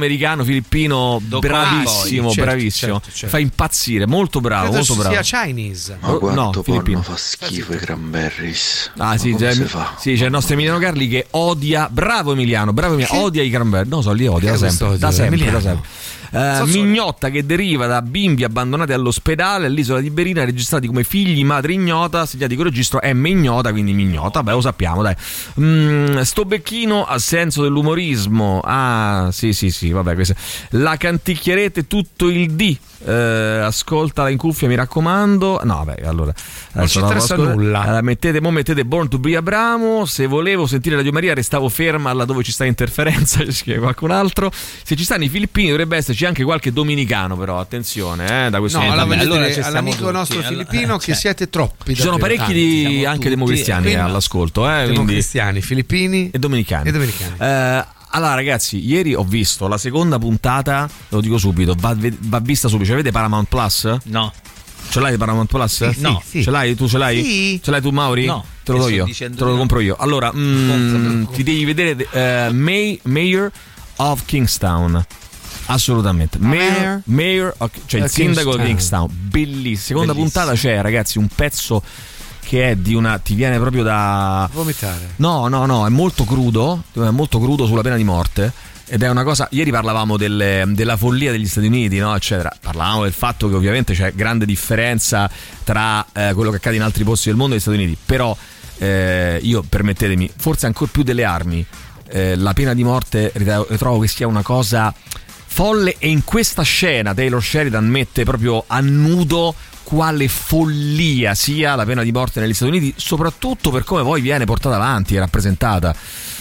bravissimo, sì, bravissimo. Certo. Fa impazzire, molto bravo, credo molto bravo. sia Chinese. Ma quanto filippino. Fa schifo i cranberries. Ah, sì, c'è il nostro Emiliano Carli che odia. Bravo Emiliano, odia i cranberries. Non so, li odia da sempre. Mignotta che deriva da bimbi abbandonati all'ospedale all'isola di Berina, registrati come figli madre ignota, segnati con registro M ignota, quindi mignota. Beh, lo sappiamo, dai. Sto becchino ha senso dell'umorismo. Ah, sì, vabbè, questa. La canticchierete tutto il D. Ascoltala in cuffia, mi raccomando. No, vabbè, allora non ci interessa nulla. Mettete Born to be Abramo. Se volevo sentire Radio Maria restavo ferma là dove ci sta interferenza, ci scrive qualcun altro. Se ci stanno i filippini dovrebbe esserci anche qualche dominicano, però attenzione, da questo punto di vista. Allora all'amico nostro filippino che siete troppi. Ci sono parecchi anche democristiani all'ascolto, democristiani, filippini e dominicani. Allora ragazzi, ieri ho visto la seconda puntata, lo dico subito, va vista subito. Cioè, avete Paramount Plus? No. Ce l'hai Paramount Plus? No. Ce l'hai? Tu ce l'hai? Sì. Ce l'hai tu Mauri? No. Te lo do io. Te lo compro io. Allora, ti devi vedere Mayor of Kingstown. Assolutamente. Mayor cioè il sindaco di Kingstown. Bellissimo. Seconda puntata c'è, ragazzi, un pezzo che è di una, ti viene proprio da vomitare. No, è molto crudo sulla pena di morte. Ed è una cosa, ieri parlavamo della follia degli Stati Uniti, no, eccetera. Parlavamo del fatto che ovviamente c'è grande differenza tra quello che accade in altri posti del mondo e gli Stati Uniti. Però io, permettetemi, forse ancora più delle armi, la pena di morte ritrovo che sia una cosa folle. E in questa scena Taylor Sheridan mette proprio a nudo quale follia sia la pena di morte negli Stati Uniti, soprattutto per come poi viene portata avanti e rappresentata.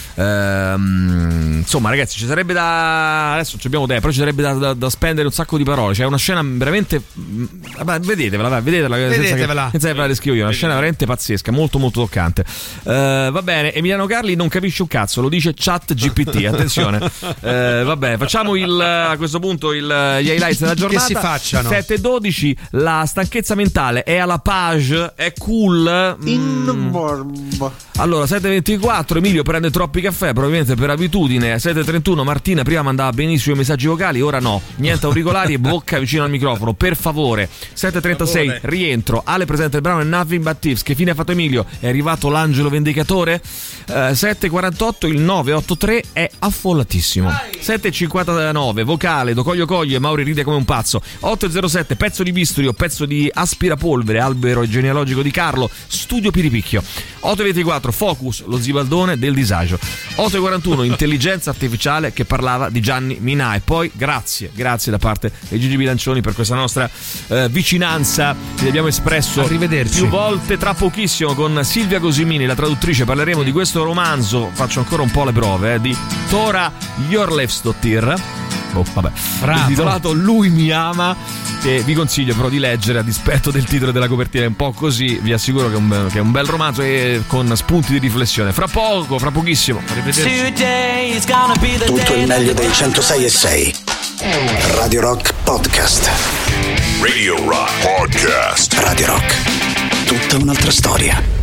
Insomma, ragazzi, ci sarebbe adesso abbiamo tempo, però ci sarebbe da spendere un sacco di parole. C'è una scena veramente, vedetevela senza che la descrivo io. Una scena veramente pazzesca, molto molto toccante. Va bene, Emiliano Carli non capisce un cazzo, lo dice ChatGPT. Attenzione. Vabbè, facciamo a questo punto gli highlights della giornata. Che si facciano 7:12. La stanchezza mentale è alla page, è cool. Allora 7:24. Emilio prende troppi caffè, probabilmente per abitudine. 7:31. Martina prima mandava benissimo i messaggi vocali, ora no, niente auricolari e bocca vicino al microfono, per favore. 7:36. Rientro. Ale presenta il brano Nothing But Thieves. Che fine ha fatto Emilio? È arrivato l'angelo vendicatore? 7:48. Il 983 è affollatissimo. 7:59. vocale Docoglio Coglio e Mauri ride come un pazzo. 8:07. pezzo di Bistrio, pezzo di aspirapolvere, albero genealogico di Carlo, studio Piripicchio. 8:24. Focus, lo zibaldone del disagio. 8:41. intelligenza artificiale che parlava di Gianni Minà. E poi grazie da parte di Gigi Bilancioni per questa nostra vicinanza che abbiamo espresso più volte. Tra pochissimo con Silvia Cosimini, la traduttrice, parleremo di questo romanzo, faccio ancora un po' le prove, di Tora Jorlefsdottir, intitolato Lui mi ama, che vi consiglio però di leggere, a dispetto del titolo e della copertina un po' così. Vi assicuro che è un bel romanzo e con spunti di riflessione. Fra pochissimo, arrivederci. Tutto il meglio dei 106.6 Radio Rock Podcast. Radio Rock Podcast. Radio Rock, tutta un'altra storia.